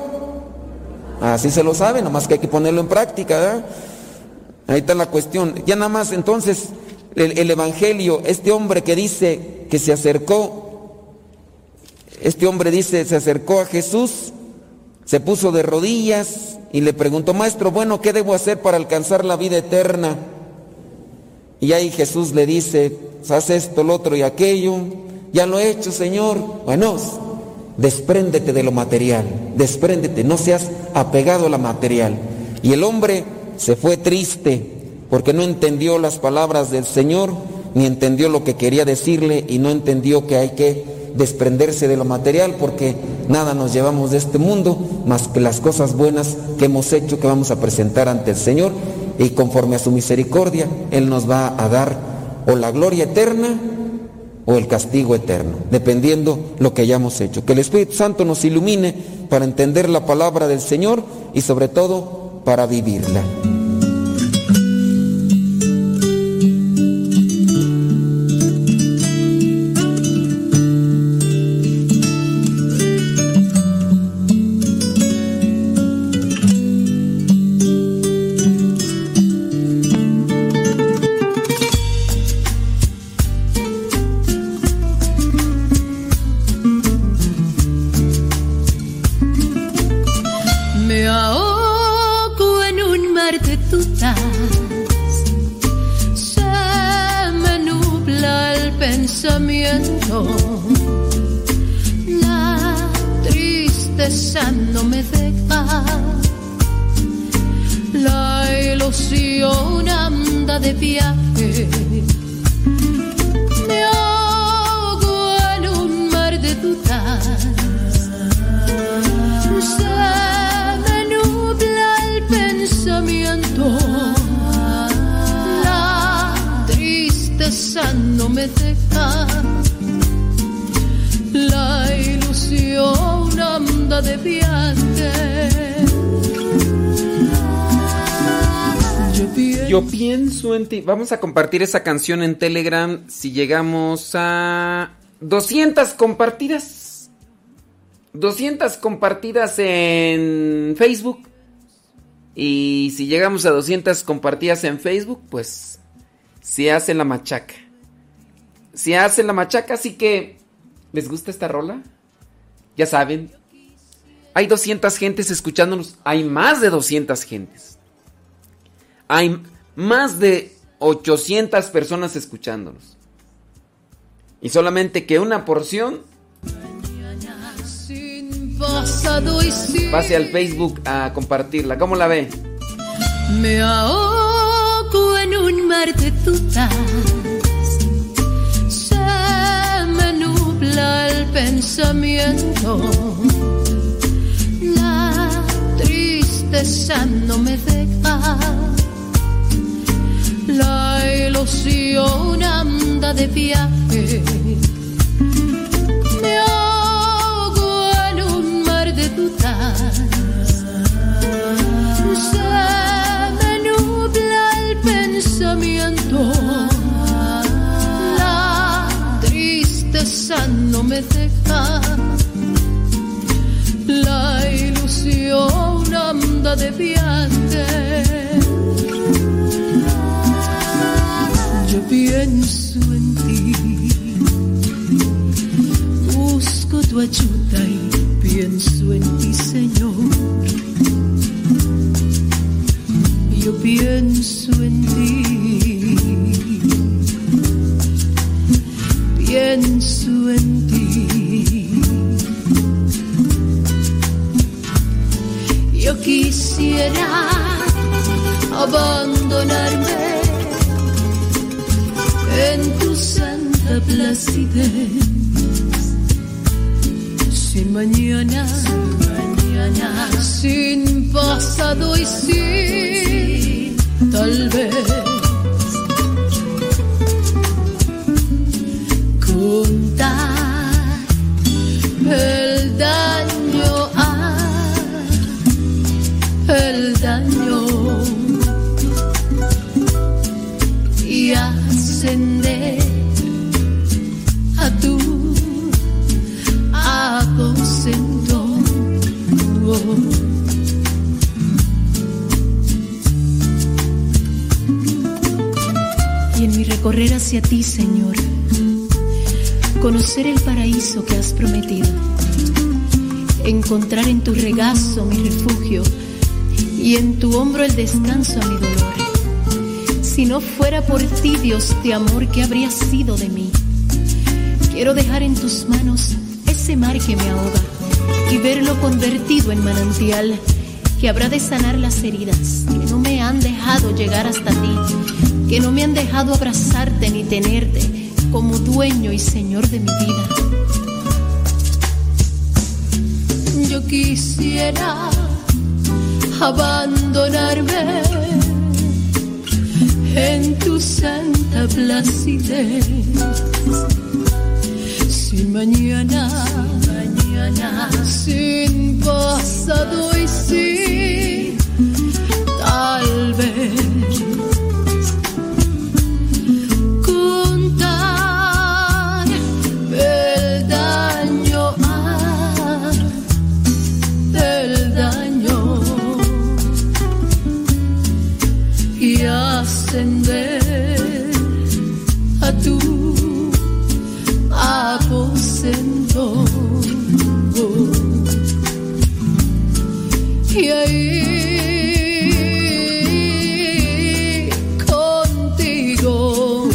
así se lo sabe, nomás que hay que ponerlo en práctica, ¿verdad? Ahí está la cuestión. Ya nada más entonces el, el evangelio, este hombre que dice que se acercó, este hombre dice se acercó a Jesús, se puso de rodillas y le preguntó, maestro, bueno, ¿qué debo hacer para alcanzar la vida eterna? Y ahí Jesús le dice, haz esto, lo otro y aquello. Ya lo he hecho, Señor. Bueno, despréndete de lo material, despréndete, no seas apegado a lo material. Y el hombre se fue triste porque no entendió las palabras del Señor, ni entendió lo que quería decirle y no entendió que hay que desprenderse de lo material, porque nada nos llevamos de este mundo más que las cosas buenas que hemos hecho, que vamos a presentar ante el Señor, y conforme a su misericordia Él nos va a dar o la gloria eterna o el castigo eterno, dependiendo lo que hayamos hecho. Que el Espíritu Santo nos ilumine para entender la palabra del Señor y sobre todo para vivirla. Vamos a compartir esa canción en Telegram si llegamos a doscientas compartidas. doscientas compartidas en Facebook. Y si llegamos a doscientas compartidas en Facebook, pues se hace la machaca. Se hace la machaca, así que ¿les gusta esta rola? Ya saben, hay doscientas gentes escuchándonos. Hay más de doscientas gentes. Hay más de ochocientas personas escuchándonos. Y solamente que una porción pase al Facebook a compartirla. ¿Cómo la ve? Me ahogo en un mar de dudas, se me nubla el pensamiento, la tristeza no me deja. La ilusión anda de viaje, me ahogo en un mar de dudas, se me nubla el pensamiento, la tristeza no me deja, la ilusión anda de viaje. Yo pienso en ti, busco tu ayuda y pienso en ti, Señor. Yo pienso en ti, pienso en ti. Yo quisiera abandonarme en tu santa placidez, sin mañana, sin mañana, sin pasado y sin tal vez contar el daño, ah, el daño y ascender a tu aposento. Y en mi recorrer hacia ti, Señor, conocer el paraíso que has prometido, encontrar en tu regazo mi refugio y en tu hombro el descanso a mi dolor. Si no fuera por ti, Dios de amor, ¿qué habría sido de mí? Quiero dejar en tus manos ese mar que me ahoga y verlo convertido en manantial que habrá de sanar las heridas que no me han dejado llegar hasta ti. que no me han dejado abrazarte ni tenerte como dueño y señor de mi vida. Yo quisiera abandonarme en tu santa placidez, sin mañana, sin mañana, sin pasado y sin tal vez contar el daño, ah, el daño y ascender a tu aposento. Y ahí contigo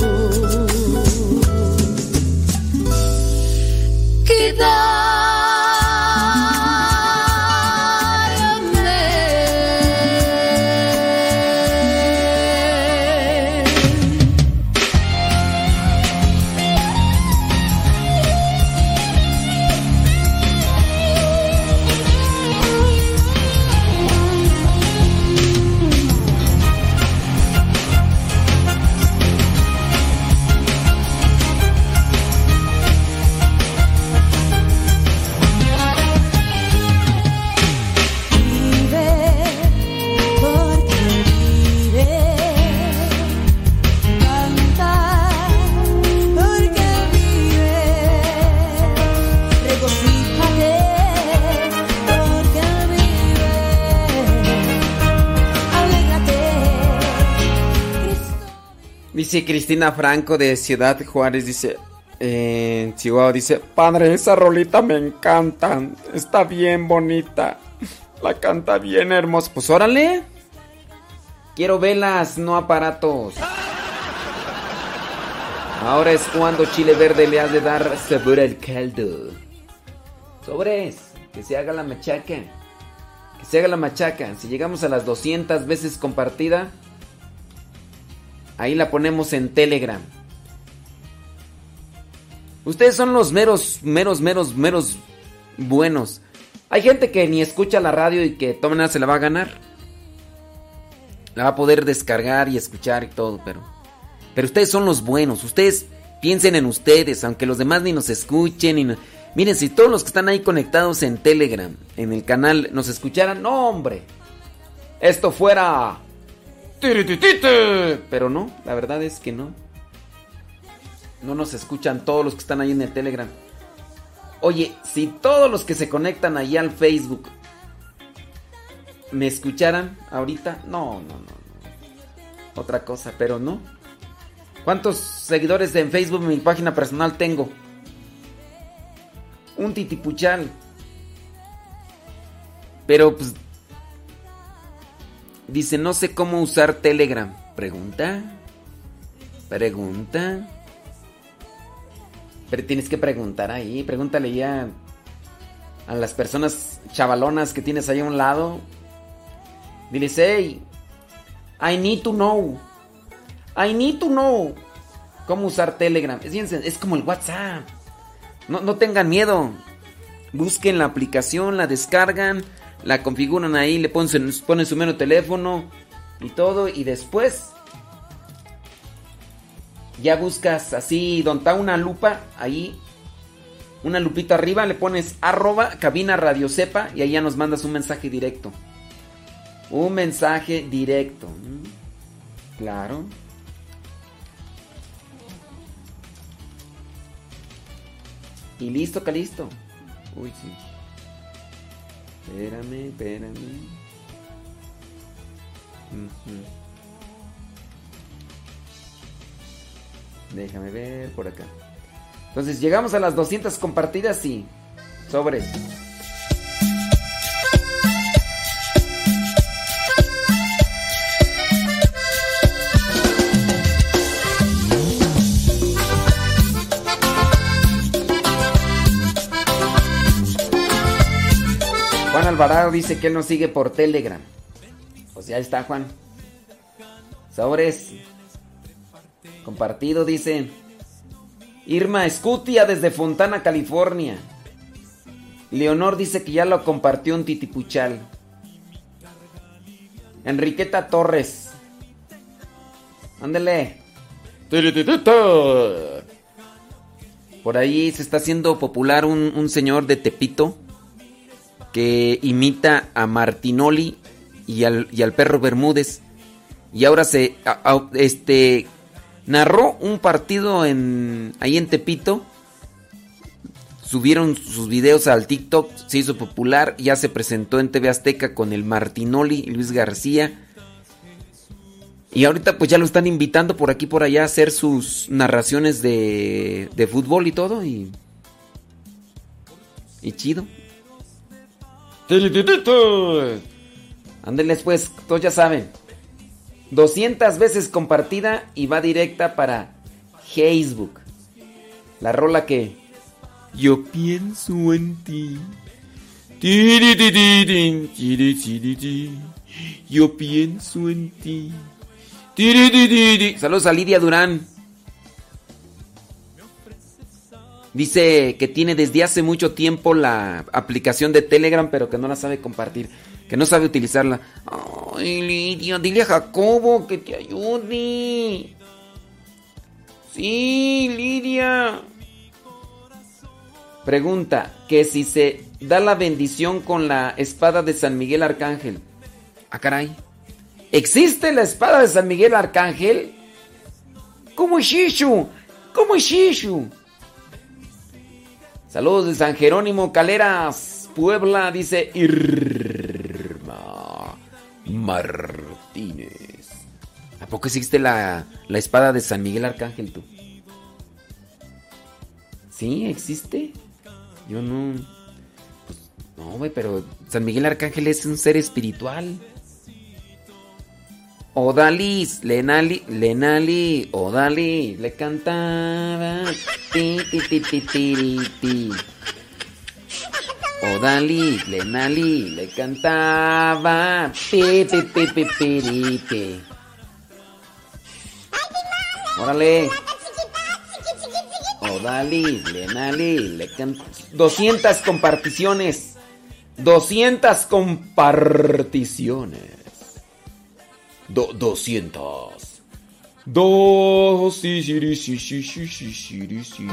Dice Cristina Franco de Ciudad Juárez, dice, eh, en Chihuahua, dice, padre, esa rolita me encanta, está bien bonita, la canta bien hermosa. Pues órale, quiero velas, no aparatos. Ahora es cuando Chile Verde le ha de dar sabor al caldo. Sobres, que se haga la machaca, que se haga la machaca. Si llegamos a las doscientas veces compartida, ahí la ponemos en Telegram. Ustedes son los meros, meros, meros, meros buenos. Hay gente que ni escucha la radio y que de todas maneras se la va a ganar. La va a poder descargar y escuchar y todo, pero... Pero ustedes son los buenos. Ustedes piensen en ustedes, aunque los demás ni nos escuchen. Ni no... Miren, si todos los que están ahí conectados en Telegram, en el canal, nos escucharan, no, hombre. Esto fuera... Pero no, la verdad es que no. No nos escuchan todos los que están ahí en el Telegram. Oye, si todos los que se conectan ahí al Facebook me escucharan ahorita, no, no, no, no. Otra cosa, pero no. ¿Cuántos seguidores en Facebook en mi página personal tengo? Un titipuchal. Pero pues... Dice, no sé cómo usar Telegram. Pregunta. Pregunta. Pero tienes que preguntar ahí. Pregúntale ya a las personas chavalonas que tienes ahí a un lado. Diles, hey, I need to know. I need to know cómo usar Telegram. Es, bien, es como el WhatsApp. No, no tengan miedo. Busquen la aplicación, la descargan, la configuran ahí, le ponen, ponen su menú de teléfono y todo, y después ya buscas así, donde está una lupa, ahí, una lupita arriba, le pones arroba cabina radio cepa y ahí ya nos mandas un mensaje directo. Un mensaje directo. Claro. Y listo, Calisto. Uy, sí. Espérame, espérame. Uh-huh. Déjame ver por acá. Entonces llegamos a las doscientas compartidas y sobres. Juan Alvarado dice que él nos sigue por Telegram. Pues ya está, Juan. Sobres. Compartido, dice Irma Escutia desde Fontana, California. Leonor dice que ya lo compartió en Titipuchal. Enriqueta Torres. Ándele. Por ahí se está haciendo popular un, un señor de Tepito que imita a Martinoli y al, y al Perro Bermúdez. Y ahora se a, a, este narró un partido en ahí en Tepito. Subieron sus videos al TikTok, se hizo popular, ya se presentó en T V Azteca con el Martinoli y Luis García. Y ahorita pues ya lo están invitando por aquí por allá a hacer sus narraciones de, de fútbol y todo. Y, y chido. Ándenles pues, todos ya saben. doscientas veces compartida y va directa para Facebook. La rola que... Yo pienso en ti. Yo pienso en ti. Saludos a Lidia Durán. Dice que tiene desde hace mucho tiempo la aplicación de Telegram, pero que no la sabe compartir, que no sabe utilizarla. Ay, Lidia, dile a Jacobo que te ayude. Sí, Lidia. Pregunta, que si se da la bendición con la espada de San Miguel Arcángel. Ah, caray. ¿Existe la espada de San Miguel Arcángel? ¿Cómo es Shishu? ¿Cómo es Shishu? Saludos de San Jerónimo, Caleras, Puebla, dice Irma Martínez. ¿A poco existe la, la espada de San Miguel Arcángel, tú? ¿Sí existe? Yo no... Pues, no, güey, pero San Miguel Arcángel es un ser espiritual. Odalis, Lenali, Lenali, Odali, le cantaba. Ti, ti, ti, ti, ti, ti. Odali, Lenali, le cantaba. Pi, pi, pi, pi, pi, pi. Órale. Odali, Lenali, le cantaba. doscientas comparticiones. doscientas comparticiones. Do, doscientos. Dos, sí, sí, sí, sí, sí, sí, sí, sí.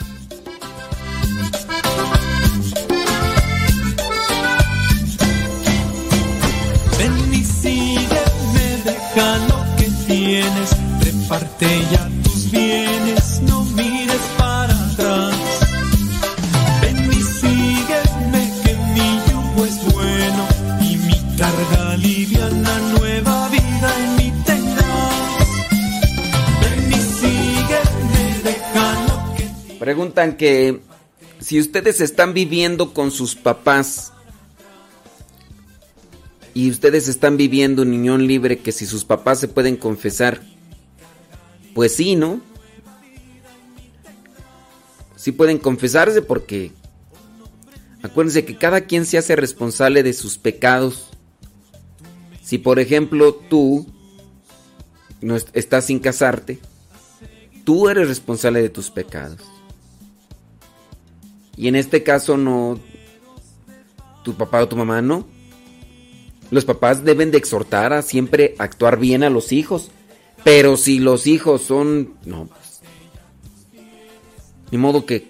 Ven y sígueme, deja lo que tienes, reparte ya tus bienes, no mires para atrás. Ven y sígueme, que mi yugo es bueno y mi carga liviana, nueva vida en mí tendrás. Ven y sígueme, deja lo que tienes. Preguntan que si ustedes están viviendo con sus papás y ustedes están viviendo en unión libre, que si sus papás se pueden confesar. Pues sí, ¿no? Sí pueden confesarse porque acuérdense que cada quien se hace responsable de sus pecados. Si por ejemplo tú no estás sin casarte, tú eres responsable de tus pecados. Y en este caso no, tu papá o tu mamá no. Los papás deben de exhortar a siempre actuar bien a los hijos. Pero si los hijos son... No, pues... Ni modo que...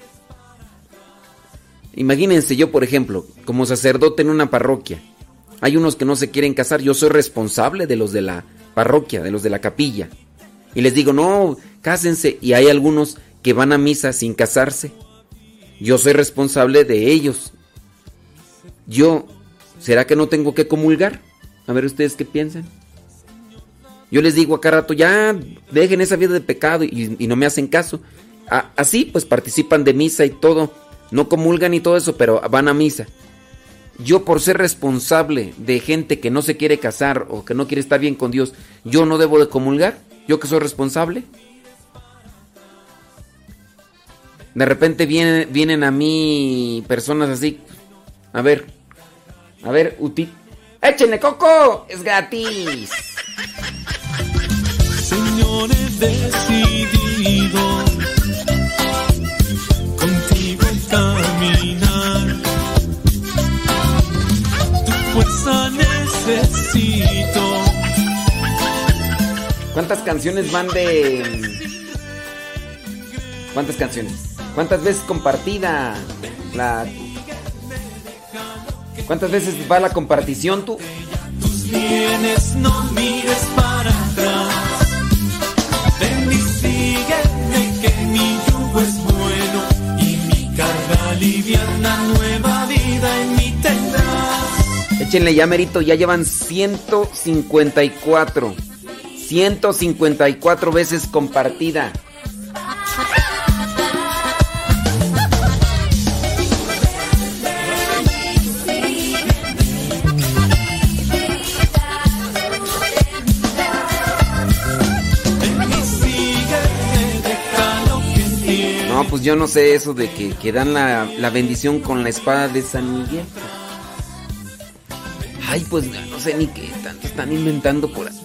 Imagínense yo, por ejemplo, como sacerdote en una parroquia. Hay unos que no se quieren casar. Yo soy responsable de los de la parroquia, de los de la capilla. Y les digo, no, cásense. Y hay algunos que van a misa sin casarse. Yo soy responsable de ellos. Yo... ¿Será que no tengo que comulgar? A ver ustedes qué piensan. Yo les digo a cada rato, ya dejen esa vida de pecado y, y no me hacen caso. A, así pues participan de misa y todo. No comulgan y todo eso, pero van a misa. Yo por ser responsable de gente que no se quiere casar o que no quiere estar bien con Dios, ¿yo no debo de comulgar? ¿Yo que soy responsable? De repente vienen, vienen a mí personas así. A ver... A ver, Uti. ¡Échenle coco! ¡Es gratis! Señor Señor, he decidido contigo el caminar. Tu fuerza necesito. ¿Cuántas canciones van de...? ¿Cuántas canciones? ¿Cuántas veces compartida la... ¿Cuántas veces va la compartición tú? Tus bienes, no mires para atrás. Ven y sígueme, que mi yugo es bueno y mi carga liviana, nueva vida en mí tendrás. Échenle ya, merito, ya llevan ciento cincuenta y cuatro. ciento cincuenta y cuatro veces compartida. No, pues yo no sé eso de que, que dan la, la bendición con la espada de San Miguel. Ay, pues no sé ni qué tanto están inventando por ahí.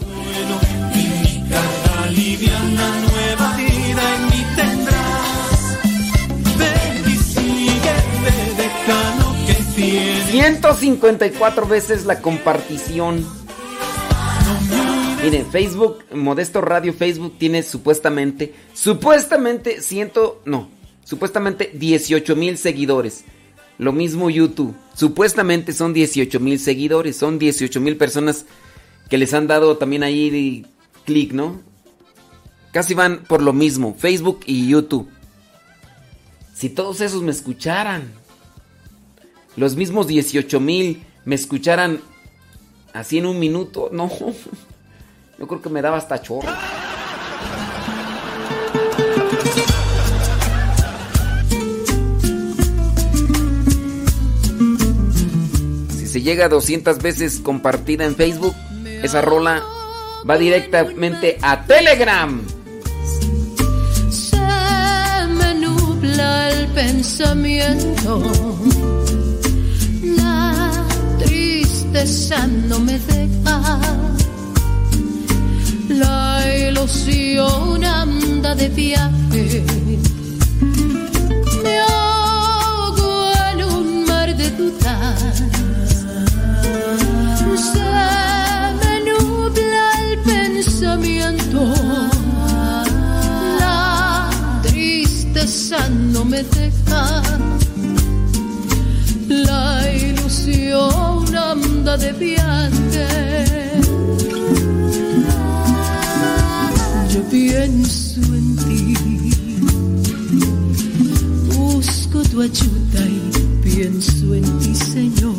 ciento cincuenta y cuatro veces la compartición. Miren, Facebook, Modesto Radio Facebook tiene supuestamente, supuestamente ciento, no, supuestamente dieciocho mil seguidores. Lo mismo YouTube, supuestamente son dieciocho mil seguidores, son dieciocho mil personas que les han dado también ahí clic, ¿no? Casi van por lo mismo, Facebook y YouTube. Si todos esos me escucharan, los mismos dieciocho mil me escucharan así en un minuto, no, yo creo que me daba hasta chorro. Si se llega a doscientas veces compartida en Facebook, esa rola va directamente a Telegram. Se me nubla el pensamiento, la tristeza no me deja, la ilusión anda de viaje, me ahogo en un mar de dudas, se me nubla el pensamiento, la tristeza no me deja, la ilusión anda de viaje. Yo pienso en ti, busco tu ayuda y pienso en ti, Señor.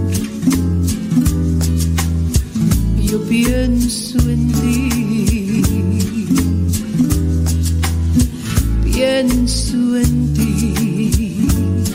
Yo pienso en ti, pienso en ti.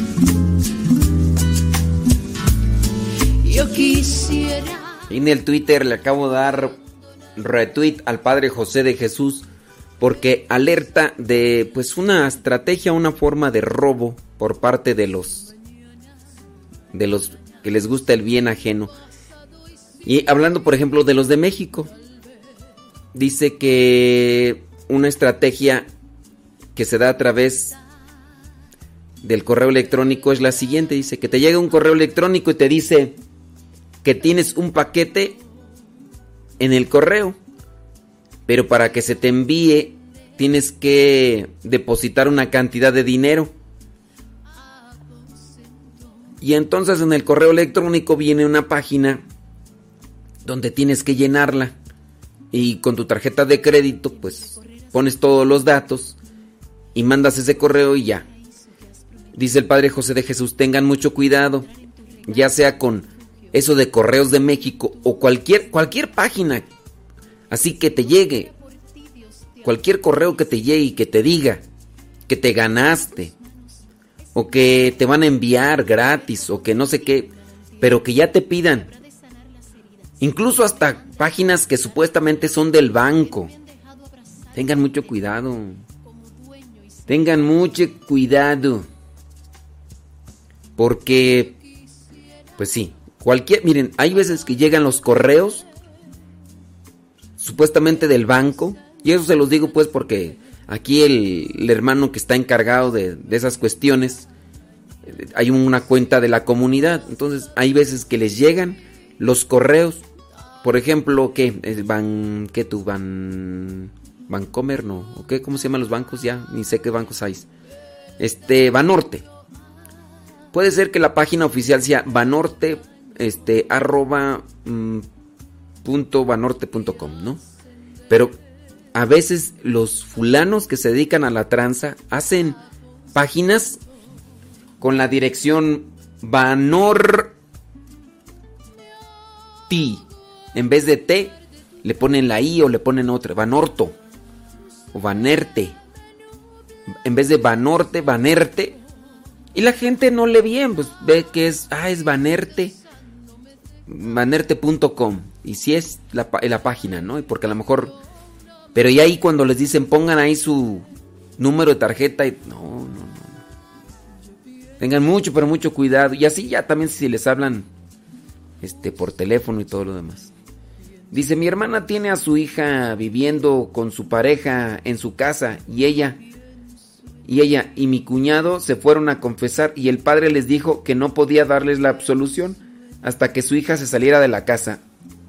Yo quisiera. En el Twitter le acabo de dar retweet al Padre José de Jesús porque alerta de pues una estrategia, una forma de robo por parte de los de los que les gusta el bien ajeno. Y hablando, por ejemplo, de los de México, dice que una estrategia que se da a través del correo electrónico es la siguiente. Dice que te llega un correo electrónico y te dice que tienes un paquete en el correo, pero para que se te envíe tienes que depositar una cantidad de dinero. Y entonces en el correo electrónico viene una página donde tienes que llenarla y con tu tarjeta de crédito pues pones todos los datos y mandas ese correo y ya. Dice el Padre José de Jesús, tengan mucho cuidado, ya sea con eso de Correos de México o cualquier cualquier página, así que te llegue cualquier correo que te llegue y que te diga que te ganaste o que te van a enviar gratis o que no sé qué, pero que ya te pidan. Incluso hasta páginas que supuestamente son del banco. Tengan mucho cuidado. Tengan mucho cuidado. Porque, pues sí, cualquier, miren, hay veces que llegan los correos supuestamente del banco Y eso se los digo pues porque aquí el, el hermano que está encargado de, de esas cuestiones, hay una cuenta de la comunidad. Entonces hay veces que les llegan los correos. Por ejemplo, ¿qué? Van, ¿qué tú? Van, Bancomer, ¿no? ¿O qué? ¿Cómo se llaman los bancos? Ya, ni sé qué bancos hay. Este, Banorte. Puede ser que la página oficial sea Banorte, este, arroba, mm, punto banorte punto com, ¿no? Pero a veces los fulanos que se dedican a la tranza hacen páginas con la dirección Banorti. En vez de T, le ponen la I o le ponen otra. Banorto. O Banerte. En vez de Banorte, Banerte. Y la gente no lee bien. Pues ve que es. Ah, es Banerte. Banerte punto com. Y si sí es la, la página, ¿no? Porque a lo mejor. Pero y ahí cuando les dicen pongan ahí su número de tarjeta. Y, no, no, no. Tengan mucho, pero mucho cuidado. Y así ya también si les hablan este por teléfono y todo lo demás. Dice, mi hermana tiene a su hija viviendo con su pareja en su casa y ella y ella y mi cuñado se fueron a confesar y el padre les dijo que no podía darles la absolución hasta que su hija se saliera de la casa.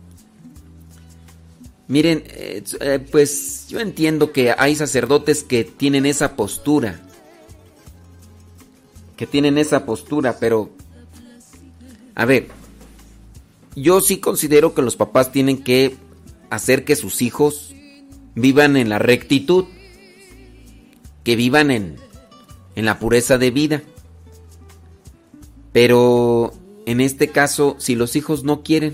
Miren, eh, eh, pues yo entiendo que hay sacerdotes que tienen esa postura, que tienen esa postura, pero a ver, yo sí considero que los papás tienen que hacer que sus hijos vivan en la rectitud, que vivan en, en la pureza de vida. Pero en este caso, si los hijos no quieren,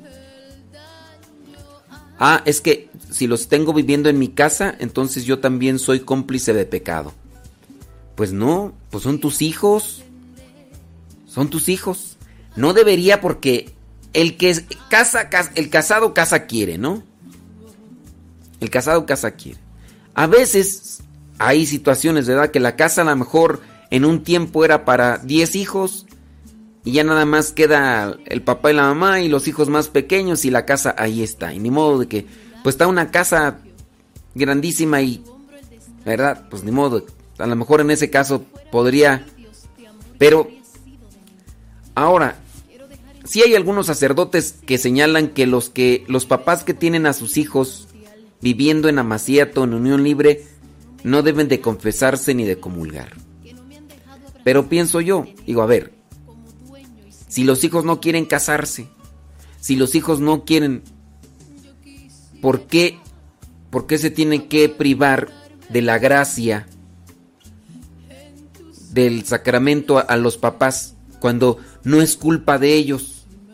ah, es que si los tengo viviendo en mi casa, entonces yo también soy cómplice de pecado. Pues no, pues son tus hijos, son tus hijos. No debería porque el que casa, casa, el casado casa quiere, ¿no? El casado casa quiere. A veces hay situaciones, ¿verdad? Que la casa a lo mejor en un tiempo era para diez hijos y ya nada más queda el papá y la mamá y los hijos más pequeños y la casa ahí está. Y ni modo de que, pues está una casa grandísima y, ¿verdad? Pues ni modo, a lo mejor en ese caso podría, pero ahora, sí hay algunos sacerdotes que señalan que los que los papás que tienen a sus hijos viviendo en amaciato, en unión libre, no deben de confesarse ni de comulgar. Pero pienso yo, digo, a ver, si los hijos no quieren casarse, si los hijos no quieren, ¿por qué, por qué se tienen que privar de la gracia del sacramento a, a los papás cuando no es culpa de ellos?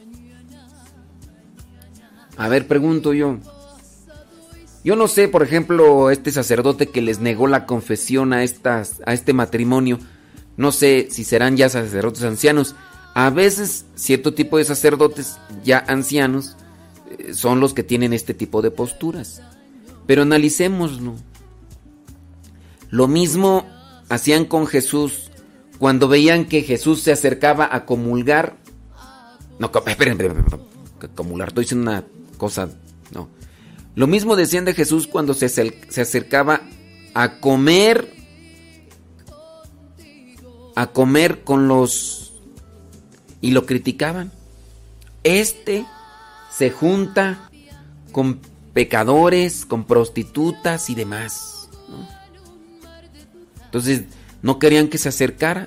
A ver, pregunto yo. Yo no sé, por ejemplo, este sacerdote que les negó la confesión a estas, a este matrimonio, no sé si serán ya sacerdotes ancianos. A veces cierto tipo de sacerdotes ya ancianos eh, son los que tienen este tipo de posturas. Pero analicémoslo. Lo mismo hacían con Jesús cuando veían que Jesús se acercaba a comulgar. No, esperen, esperen, esperen, comulgar, estoy diciendo una cosa, no. Lo mismo decían de Jesús cuando se, se acercaba a comer, a comer con los, y lo criticaban. Este se junta con pecadores, con prostitutas y demás, ¿no? Entonces, no querían que se acercara.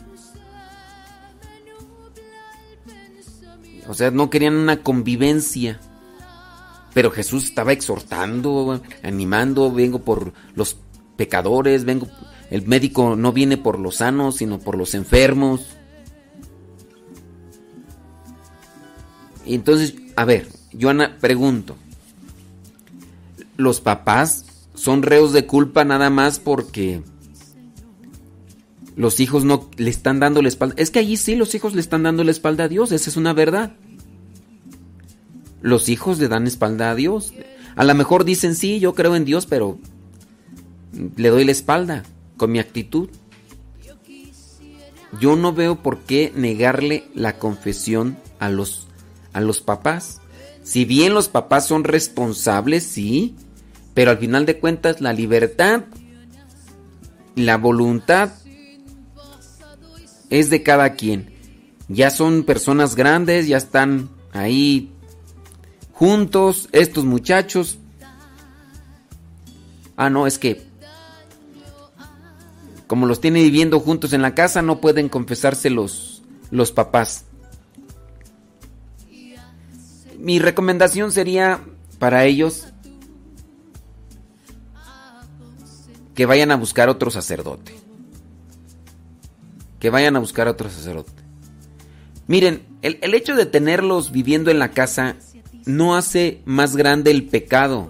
O sea, no querían una convivencia. Pero Jesús estaba exhortando, animando, vengo por los pecadores, vengo, el médico no viene por los sanos, sino por los enfermos. Y entonces, a ver, yo Ana, pregunto, ¿los papás son reos de culpa nada más porque los hijos no le están dando la espalda? Es que allí sí los hijos le están dando la espalda a Dios, esa es una verdad. Los hijos le dan espalda a Dios. A lo mejor dicen, sí, yo creo en Dios, pero le doy la espalda con mi actitud. Yo no veo por qué negarle la confesión a los, a los papás. Si bien los papás son responsables, sí, Pero al final de cuentas, la libertad, la voluntad es de cada quien. Ya son personas grandes, ya están ahí juntos, estos muchachos. Ah, no, es que como los tiene viviendo juntos en la casa, no pueden confesarse los, los papás. Mi recomendación sería para ellos que vayan a buscar otro sacerdote. Que vayan a buscar otro sacerdote. Miren, el, el hecho de tenerlos viviendo en la casa no hace más grande el pecado.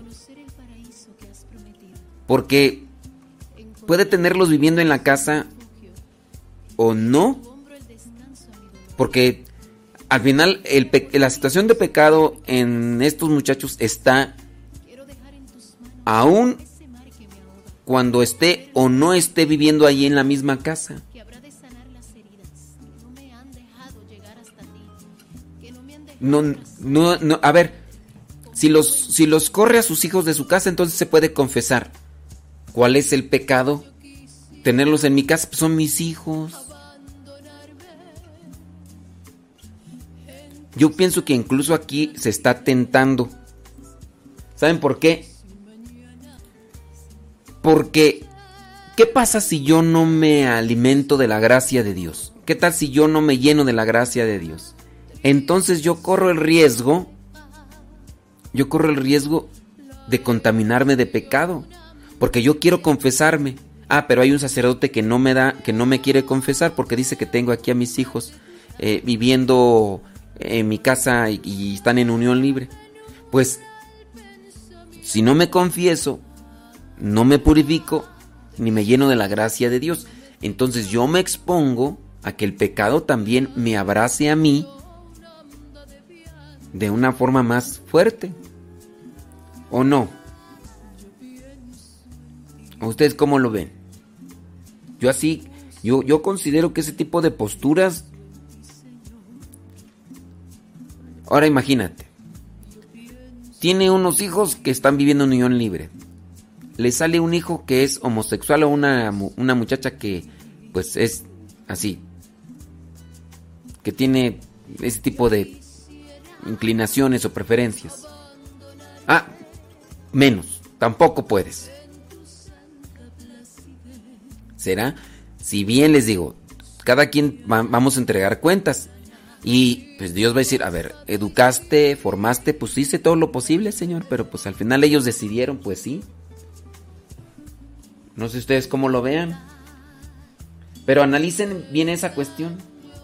Porque puede tenerlos viviendo en la casa o no. Porque al final el pe- la situación de pecado en estos muchachos está aún cuando esté o no esté viviendo allí en la misma casa. No, no, no, a ver, si los, si los corre a sus hijos de su casa, entonces se puede confesar. ¿Cuál es el pecado? Tenerlos en mi casa, pues son mis hijos. Yo pienso que incluso aquí se está tentando. ¿Saben por qué? Porque, ¿qué pasa si yo no me alimento de la gracia de Dios? ¿Qué tal si yo no me lleno de la gracia de Dios? Entonces yo corro el riesgo, yo corro el riesgo de contaminarme de pecado, porque yo quiero confesarme. Ah, pero hay un sacerdote que no me da, que no me quiere confesar porque dice que tengo aquí a mis hijos eh, viviendo en mi casa y, y están en unión libre. Pues, si no me confieso, no me purifico ni me lleno de la gracia de Dios. Entonces yo me expongo a que el pecado también me abrace a mí de una forma más fuerte. ¿O no? ¿Ustedes cómo lo ven? Yo así, yo, yo considero que ese tipo de posturas... Ahora imagínate. Tiene unos hijos que están viviendo en unión libre. Le sale un hijo que es homosexual o una, una muchacha que pues es así. Que tiene ese tipo de inclinaciones o preferencias. Ah, menos. Tampoco puedes. ¿Será? Si bien les digo, cada quien va, vamos a entregar cuentas. Y pues Dios va a decir, a ver, educaste, formaste, pues hice todo lo posible, Señor. Pero pues al final ellos decidieron, pues sí. No sé ustedes cómo lo vean. Pero analicen bien esa cuestión.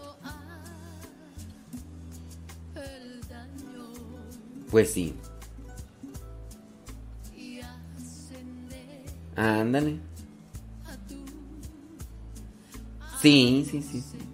Pues sí. Ándale. Sí, sí, sí, sí.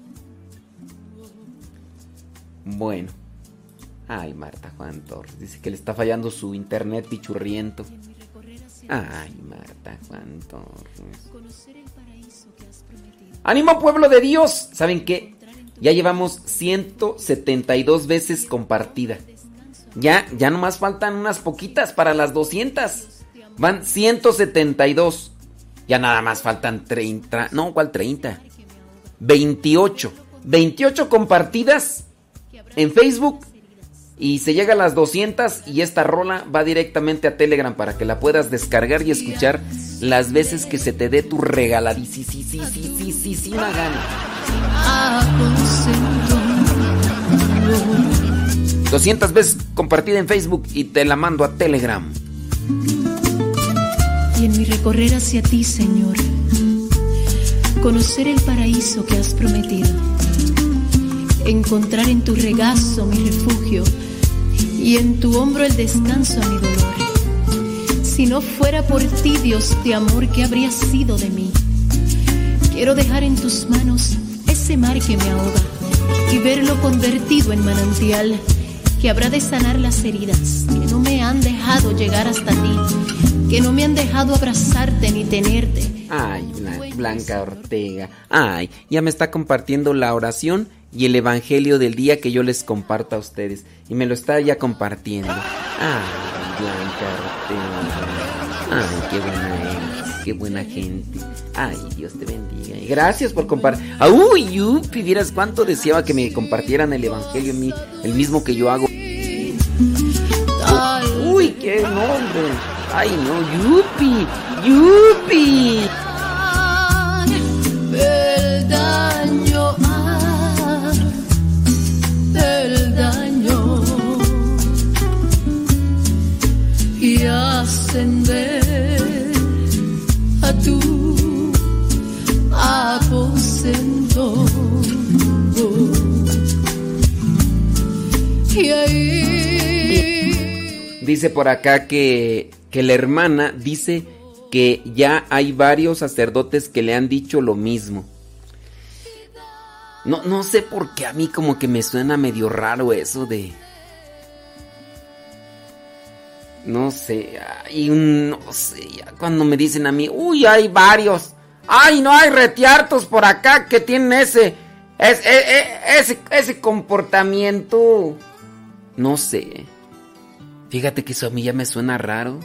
Bueno. Ay, Marta Juan Torres. Dice que le está fallando su internet pichurriento. Ay, Marta Juan Torres. ¡Ánimo, pueblo de Dios! ¿Saben qué? Ya llevamos ciento setenta y dos veces compartida. Ya, ya nomás faltan unas poquitas para las doscientas. Van ciento setenta y dos. Ya nada más faltan treinta. No, ¿cuál treinta? veintiocho. veintiocho compartidas en Facebook. Y se llega a las doscientas y esta rola va directamente a Telegram para que la puedas descargar y escuchar las veces que se te dé tu regaladísima gana. doscientas veces compartida en Facebook y te la mando a Telegram. Y en mi recorrer hacia ti, Señor, conocer el paraíso que has prometido, encontrar en tu regazo mi refugio y en tu hombro el descanso a mi dolor. Si no fuera por ti, Dios de amor, ¿qué habría sido de mí? Quiero dejar en tus manos ese mar que me ahoga y verlo convertido en manantial que habrá de sanar las heridas que no me han dejado llegar hasta ti, que no me han dejado abrazarte ni tenerte. Ay, Blanca Ortega. Ay, ya me está compartiendo la oración y el evangelio del día que yo les comparto a ustedes. Y me lo está ya compartiendo. Ay. Blanca Ortega. Ay, qué buena eres, qué buena gente. Ay, Dios te bendiga. Y gracias por compartir. Ah, uy, yupi, vieras cuánto deseaba que me compartieran el evangelio, el mismo que yo hago. Uy, qué nombre. Ay, no, yupi, yupi. El daño, ah, el daño, y ascender a tu aposento. Y ahí dice por acá que, que la hermana dice que ya hay varios sacerdotes que le han dicho lo mismo. No, no sé por qué a mí como que me suena medio raro eso de... No sé, ay, no sé, ya cuando me dicen a mí, uy, hay varios. Ay, no hay retiartos por acá que tienen ese, ese, ese, ese comportamiento. No sé. Fíjate que eso a mí ya me suena raro.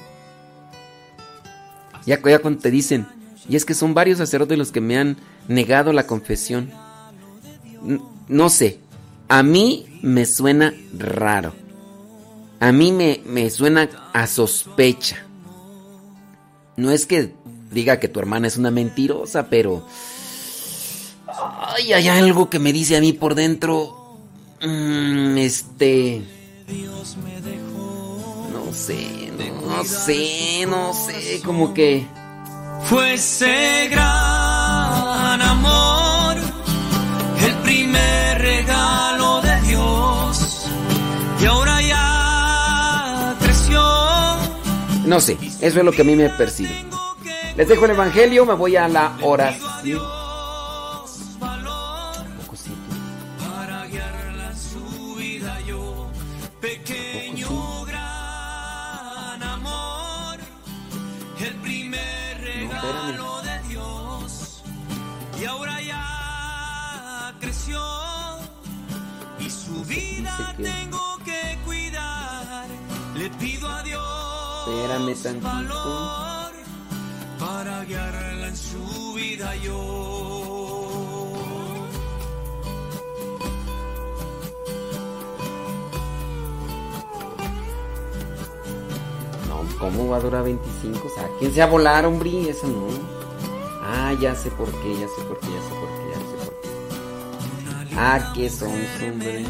Ya, ya cuando te dicen, y es que son varios sacerdotes los que me han negado la confesión. N- no sé, a mí me suena raro. A mí me, me suena a sospecha. No es que diga que tu hermana es una mentirosa, pero... Ay, hay algo que me dice a mí por dentro. Mm, este... No sé, no, no sé, no sé, como que... Fue ese gran amor, el primer regalo de Dios, y ahora ya creció. No sé, eso es lo que a mí me percibe. Les dejo el evangelio, me voy a la oración. Para guiarla en su vida yo, pequeño gran amor, el primer regalo de Dios, y ahora ya creció, y su vida tengo que cuidar, le pido a Dios Espérame tantito. valor para guiarla en su vida yo. No, ¿cómo va a durar veinticinco? O sea, ¿quién se va a volar, hombre? Eso no. Ah, ya sé por qué, ya sé por qué, ya sé por qué, ya sé por qué. Ah, ¿qué son, hombre?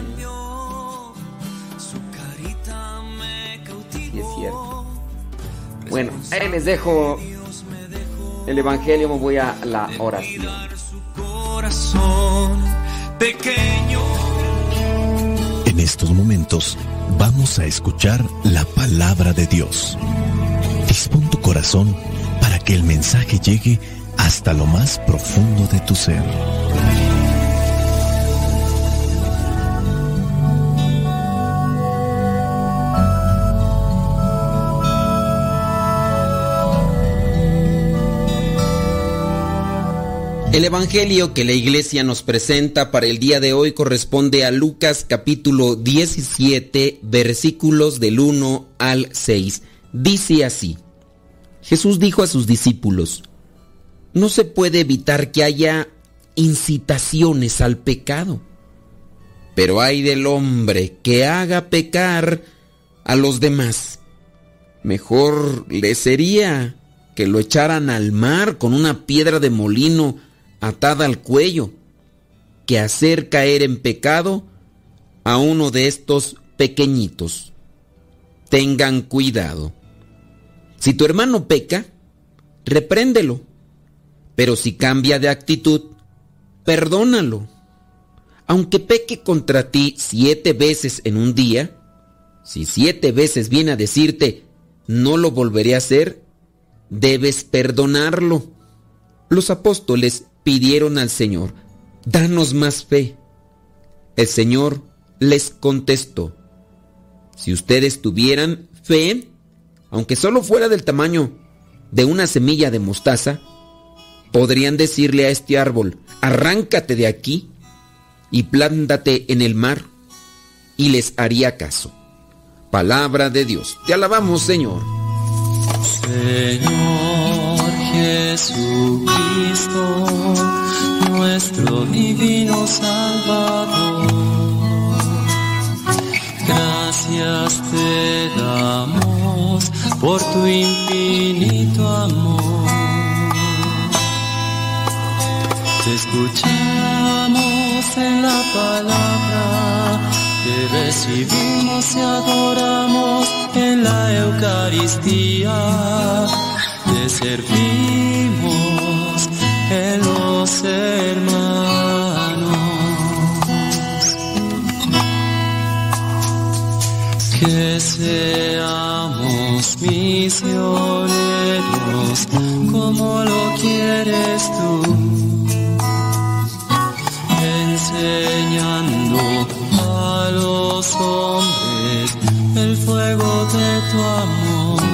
Sí, es cierto. Bueno, ahí les dejo el evangelio, me voy a la oración. Corazón pequeño. En estos momentos vamos a escuchar la palabra de Dios. Dispón tu corazón para que el mensaje llegue hasta lo más profundo de tu ser. El evangelio que la iglesia nos presenta para el día de hoy corresponde a Lucas capítulo diecisiete, versículos del uno al seis. Dice así: Jesús dijo a sus discípulos: no se puede evitar que haya incitaciones al pecado, pero ay del hombre que haga pecar a los demás. Mejor le sería que lo echaran al mar con una piedra de molino atada al cuello, que hacer caer en pecado a uno de estos pequeñitos. Tengan cuidado. Si tu hermano peca, repréndelo, pero si cambia de actitud, perdónalo. Aunque peque contra ti siete veces en un día, si siete veces viene a decirte, no lo volveré a hacer, debes perdonarlo. Los apóstoles pidieron al Señor: danos más fe. El Señor les contestó: si ustedes tuvieran fe, aunque solo fuera del tamaño de una semilla de mostaza, podrían decirle a este árbol: arráncate de aquí y plántate en el mar, y les haría caso. palabra de Dios. Te alabamos, Señor. Señor Jesucristo, nuestro divino Salvador, gracias te damos por tu infinito amor. Te escuchamos en la palabra, te recibimos y adoramos en la Eucaristía, te servimos en los hermanos. Que seamos misioneros como lo quieres tú, enseñando a los hombres el fuego de tu amor.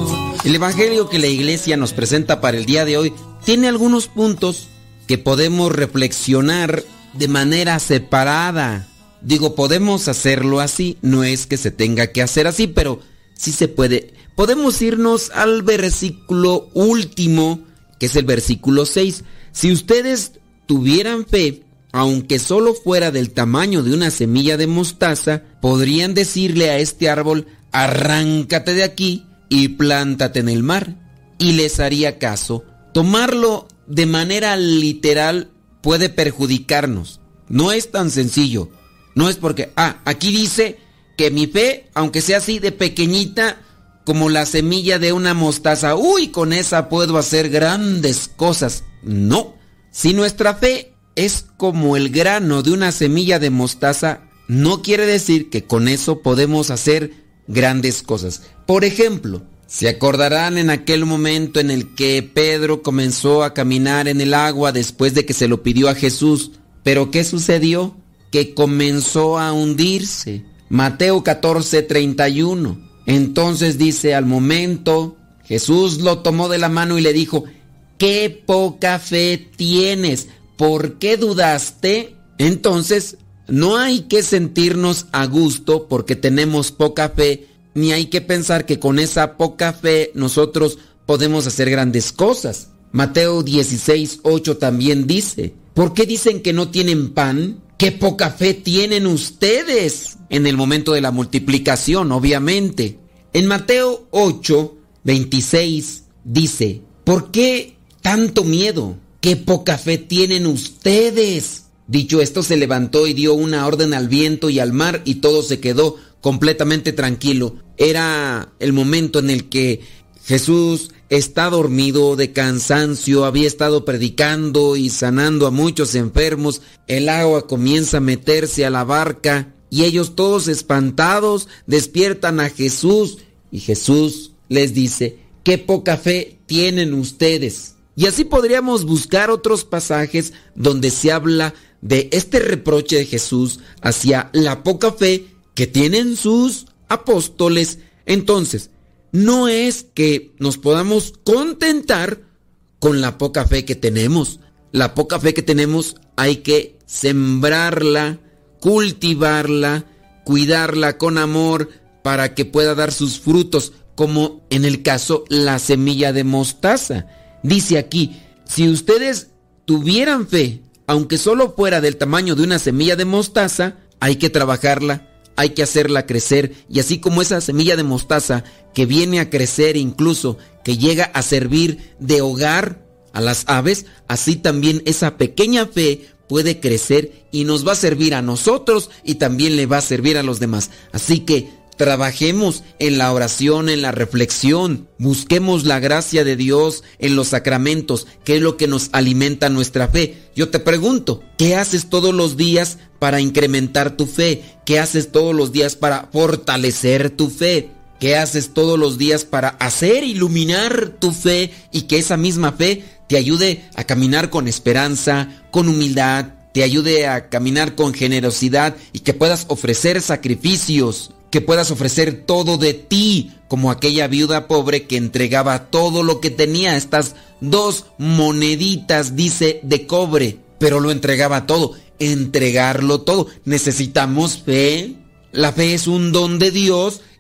El evangelio que la iglesia nos presenta para el día de hoy tiene algunos puntos que podemos reflexionar de manera separada. Digo, podemos hacerlo así, no es que se tenga que hacer así, pero sí se puede. Podemos irnos al versículo último, que es el versículo seis. Si ustedes tuvieran fe, aunque solo fuera del tamaño de una semilla de mostaza, podrían decirle a este árbol, arráncate de aquí y plántate en el mar, y les haría caso. Tomarlo de manera literal puede perjudicarnos. No es tan sencillo. No es porque, ah, aquí dice que mi fe, aunque sea así de pequeñita, como la semilla de una mostaza, uy, con esa puedo hacer grandes cosas. No, si nuestra fe es como el grano de una semilla de mostaza, no quiere decir que con eso podemos hacer grandes cosas. Por ejemplo, se acordarán en aquel momento en el que Pedro comenzó a caminar en el agua después de que se lo pidió a Jesús. ¿Pero qué sucedió? Que comenzó a hundirse. Mateo catorce, treinta y uno. Entonces dice, al momento, Jesús lo tomó de la mano y le dijo, ¡qué poca fe tienes! ¿Por qué dudaste? Entonces, no hay que sentirnos a gusto porque tenemos poca fe, ni hay que pensar que con esa poca fe nosotros podemos hacer grandes cosas. Mateo dieciséis, ocho también dice, ¿por qué dicen que no tienen pan? ¡Qué poca fe tienen ustedes! En el momento de la multiplicación, obviamente. En Mateo ocho, veintiséis dice, ¿por qué tanto miedo? ¡Qué poca fe tienen ustedes! Dicho esto, se levantó y dio una orden al viento y al mar y todo se quedó completamente tranquilo. Era el momento en el que Jesús está dormido de cansancio, había estado predicando y sanando a muchos enfermos. El agua comienza a meterse a la barca y ellos todos espantados despiertan a Jesús y Jesús les dice, ¡qué poca fe tienen ustedes! Y así podríamos buscar otros pasajes donde se habla de este reproche de Jesús hacia la poca fe que tienen sus apóstoles. Entonces, no es que nos podamos contentar con la poca fe que tenemos. La poca fe que tenemos hay que sembrarla, cultivarla, cuidarla con amor para que pueda dar sus frutos, como en el caso la semilla de mostaza. Dice aquí, si ustedes tuvieran fe, aunque solo fuera del tamaño de una semilla de mostaza, hay que trabajarla, hay que hacerla crecer, y así como esa semilla de mostaza que viene a crecer, incluso que llega a servir de hogar a las aves, así también esa pequeña fe puede crecer y nos va a servir a nosotros y también le va a servir a los demás. Así que trabajemos en la oración, en la reflexión, busquemos la gracia de Dios en los sacramentos, que es lo que nos alimenta nuestra fe. Yo te pregunto, ¿qué haces todos los días para incrementar tu fe? ¿Qué haces todos los días para fortalecer tu fe? ¿Qué haces todos los días para hacer iluminar tu fe y que esa misma fe te ayude a caminar con esperanza, con humildad, te ayude a caminar con generosidad y que puedas ofrecer sacrificios? Que puedas ofrecer todo de ti, como aquella viuda pobre que entregaba todo lo que tenía, estas dos moneditas, dice, de cobre, pero lo entregaba todo, entregarlo todo. Necesitamos fe, la fe es un don de Dios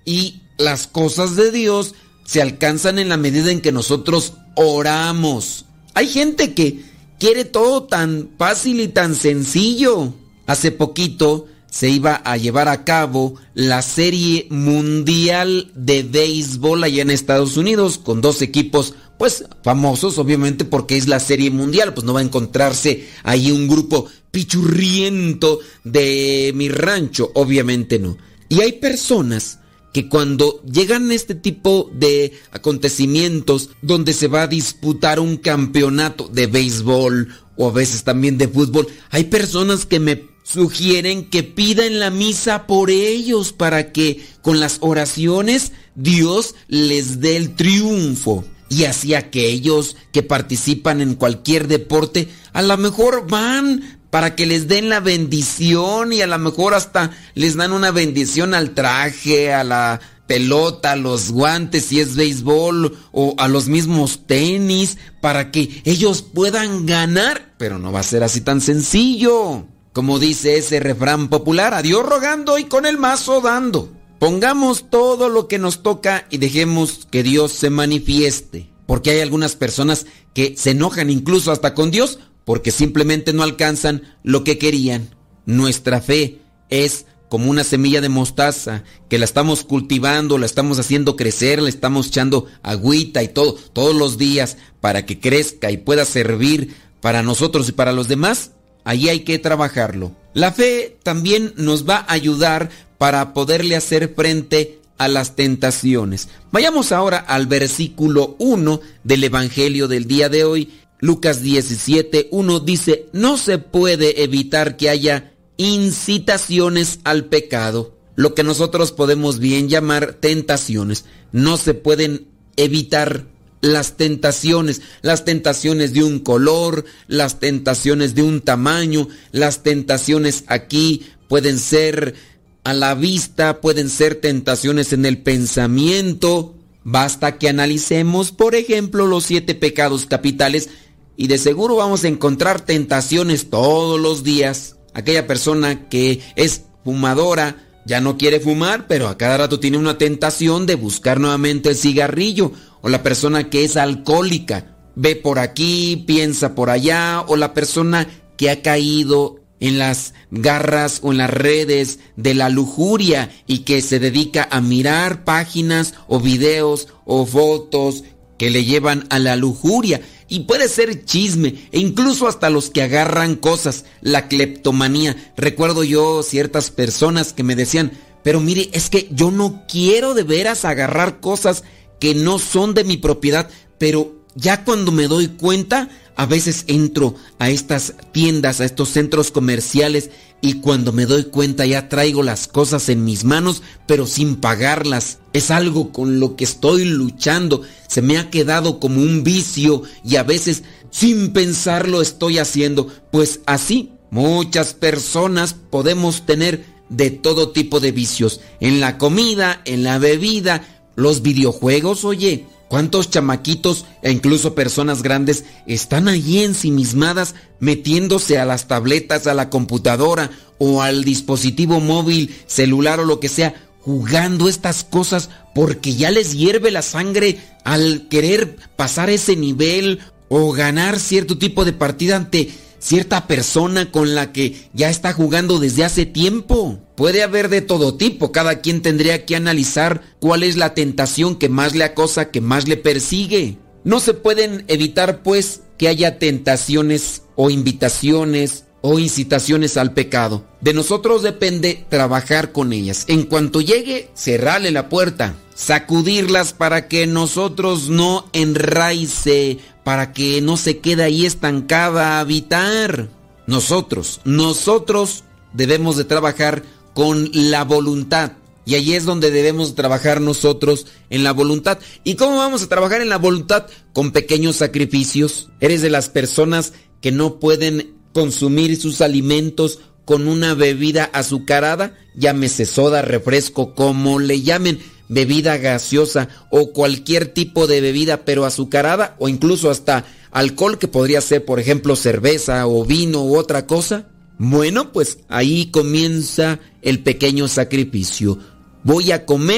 Y las cosas de Dios se alcanzan en la medida en que nosotros oramos. Hay gente que quiere todo tan fácil y tan sencillo. Hace poquito se iba a llevar a cabo la Serie Mundial de Béisbol allá en Estados Unidos con dos equipos pues famosos, obviamente, porque es la Serie Mundial, pues no va a encontrarse ahí un grupo pichurriento de mi rancho, obviamente no. Y hay personas que cuando llegan a este tipo de acontecimientos donde se va a disputar un campeonato de béisbol o a veces también de fútbol, hay personas que me sugieren que pidan la misa por ellos para que con las oraciones Dios les dé el triunfo. Y así aquellos que participan en cualquier deporte a lo mejor van para que les den la bendición y a lo mejor hasta les dan una bendición al traje, a la pelota, a los guantes si es béisbol o a los mismos tenis para que ellos puedan ganar. Pero no va a ser así tan sencillo. Como dice ese refrán popular, a Dios rogando y con el mazo dando. Pongamos todo lo que nos toca y dejemos que Dios se manifieste. Porque hay algunas personas que se enojan incluso hasta con Dios porque simplemente no alcanzan lo que querían. Nuestra fe es como una semilla de mostaza que la estamos cultivando, la estamos haciendo crecer, le estamos echando agüita y todo, todos los días para que crezca y pueda servir para nosotros y para los demás. Ahí hay que trabajarlo. La fe también nos va a ayudar para poderle hacer frente a las tentaciones. Vayamos ahora al versículo uno del Evangelio del día de hoy. Lucas diecisiete, uno dice, no se puede evitar que haya incitaciones al pecado. Lo que nosotros podemos bien llamar tentaciones. No se pueden evitar las tentaciones, las tentaciones de un color, las tentaciones de un tamaño, las tentaciones aquí pueden ser a la vista, pueden ser tentaciones en el pensamiento. Basta que analicemos, por ejemplo, los siete pecados capitales y de seguro vamos a encontrar tentaciones todos los días. Aquella persona que es fumadora ya no quiere fumar, pero a cada rato tiene una tentación de buscar nuevamente el cigarrillo. O la persona que es alcohólica, ve por aquí, piensa por allá. O la persona que ha caído en las garras o en las redes de la lujuria y que se dedica a mirar páginas o videos o fotos que le llevan a la lujuria. Y puede ser chisme e incluso hasta los que agarran cosas, la cleptomanía. Recuerdo yo ciertas personas que me decían, pero mire, es que yo no quiero de veras agarrar cosas que no son de mi propiedad, pero ya cuando me doy cuenta, a veces entro a estas tiendas, a estos centros comerciales y cuando me doy cuenta ya traigo las cosas en mis manos, pero sin pagarlas. Es algo con lo que estoy luchando. Se me ha quedado como un vicio y a veces sin pensarlo estoy haciendo. Pues así, muchas personas podemos tener de todo tipo de vicios. En la comida, en la bebida, los videojuegos, oye. ¿Cuántos chamaquitos e incluso personas grandes están allí ensimismadas metiéndose a las tabletas, a la computadora o al dispositivo móvil, celular o lo que sea, jugando estas cosas porque ya les hierve la sangre al querer pasar ese nivel o ganar cierto tipo de partida ante cierta persona con la que ya está jugando desde hace tiempo? Puede haber de todo tipo, cada quien tendría que analizar cuál es la tentación que más le acosa, que más le persigue. No se pueden evitar, pues, que haya tentaciones o invitaciones o incitaciones al pecado. De nosotros depende trabajar con ellas. En cuanto llegue, cerrarle la puerta, sacudirlas para que nosotros no enraice, para que no se quede ahí estancada a habitar. Nosotros, nosotros debemos de trabajar con la voluntad. Y ahí es donde debemos trabajar nosotros en la voluntad. ¿Y cómo vamos a trabajar en la voluntad? Con pequeños sacrificios. ¿Eres de las personas que no pueden consumir sus alimentos con una bebida azucarada? Llámese soda, refresco, como le llamen, bebida gaseosa o cualquier tipo de bebida pero azucarada o incluso hasta alcohol que podría ser por ejemplo cerveza o vino u otra cosa. Bueno, pues ahí comienza el pequeño sacrificio. Voy a comer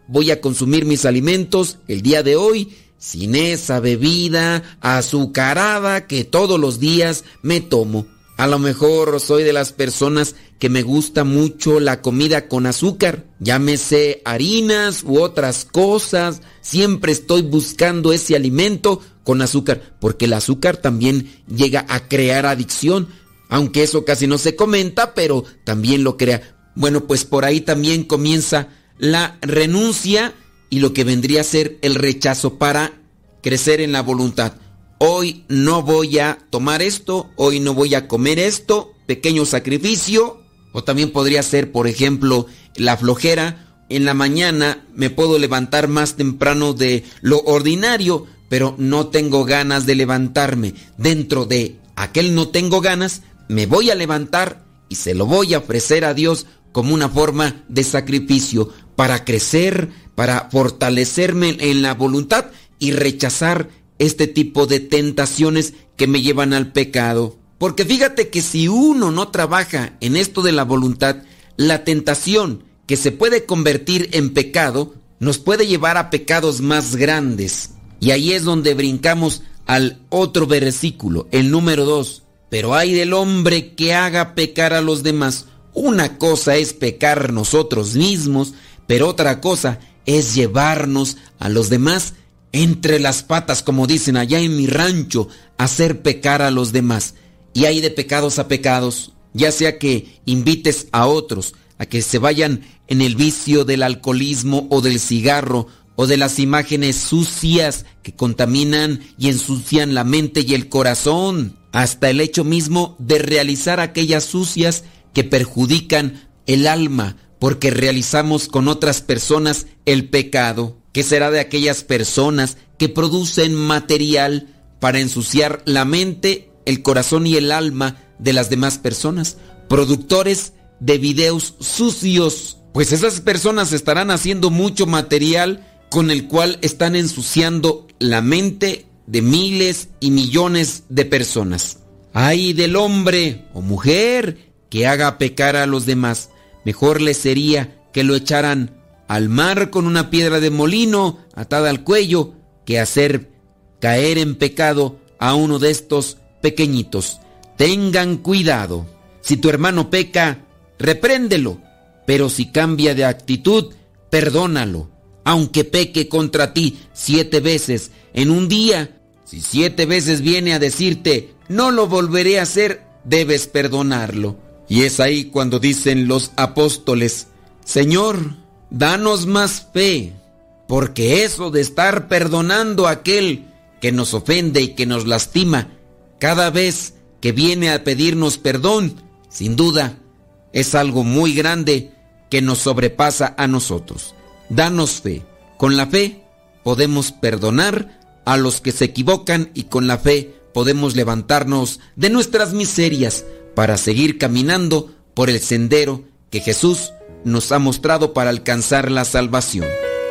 voy a consumir mis alimentos el día de hoy sin esa bebida azucarada que todos los días me tomo. A lo mejor soy de las personas que me gusta mucho la comida con azúcar, llámese harinas u otras cosas. Siempre estoy buscando ese alimento con azúcar, porque el azúcar también llega a crear adicción, aunque eso casi no se comenta, pero también lo crea. Bueno, pues por ahí también comienza la renuncia y lo que vendría a ser el rechazo para crecer en la voluntad. Hoy no voy a tomar esto, hoy no voy a comer esto, pequeño sacrificio. O también podría ser, por ejemplo, la flojera. En la mañana me puedo levantar más temprano de lo ordinario, pero no tengo ganas de levantarme. Dentro de aquel no tengo ganas, me voy a levantar y se lo voy a ofrecer a Dios como una forma de sacrificio para crecer, para fortalecerme en la voluntad y rechazar este tipo de tentaciones que me llevan al pecado. Porque fíjate que si uno no trabaja en esto de la voluntad, la tentación que se puede convertir en pecado nos puede llevar a pecados más grandes. Y ahí es donde brincamos al otro versículo, el número dos. Pero ay del hombre que haga pecar a los demás. Una cosa es pecar nosotros mismos, pero otra cosa es llevarnos a los demás entre las patas, como dicen allá en mi rancho, hacer pecar a los demás. Y hay de pecados a pecados, ya sea que invites a otros a que se vayan en el vicio del alcoholismo o del cigarro o de las imágenes sucias que contaminan y ensucian la mente y el corazón, hasta el hecho mismo de realizar aquellas sucias que perjudican el alma, porque realizamos con otras personas el pecado. ¿Qué será de aquellas personas que producen material para ensuciar la mente, el corazón y el alma de las demás personas? Productores de videos sucios. Pues esas personas estarán haciendo mucho material con el cual están ensuciando la mente de miles y millones de personas. ¡Ay del hombre o mujer que haga pecar a los demás! Mejor le sería que lo echaran al mar con una piedra de molino atada al cuello que hacer caer en pecado a uno de estos pequeñitos. Tengan cuidado. Si tu hermano peca, repréndelo, pero si cambia de actitud, perdónalo. Aunque peque contra ti siete veces en un día, si siete veces viene a decirte, no lo volveré a hacer, debes perdonarlo. Y es ahí cuando dicen los apóstoles, Señor, danos más fe, porque eso de estar perdonando a aquel que nos ofende y que nos lastima cada vez que viene a pedirnos perdón, sin duda, es algo muy grande que nos sobrepasa a nosotros. Danos fe. Con la fe podemos perdonar a los que se equivocan y con la fe podemos levantarnos de nuestras miserias para seguir caminando por el sendero que Jesús nos ha mostrado para alcanzar la salvación.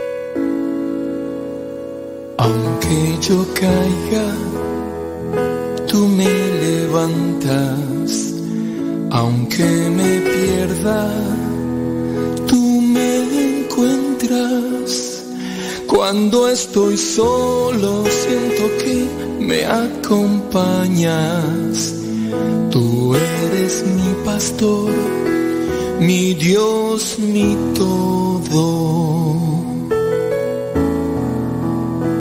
Aunque yo caiga, tú me levantas. Aunque me pierda, tú me encuentras. Cuando estoy solo, siento que me acompañas. Tú eres mi pastor, mi Dios, mi todo.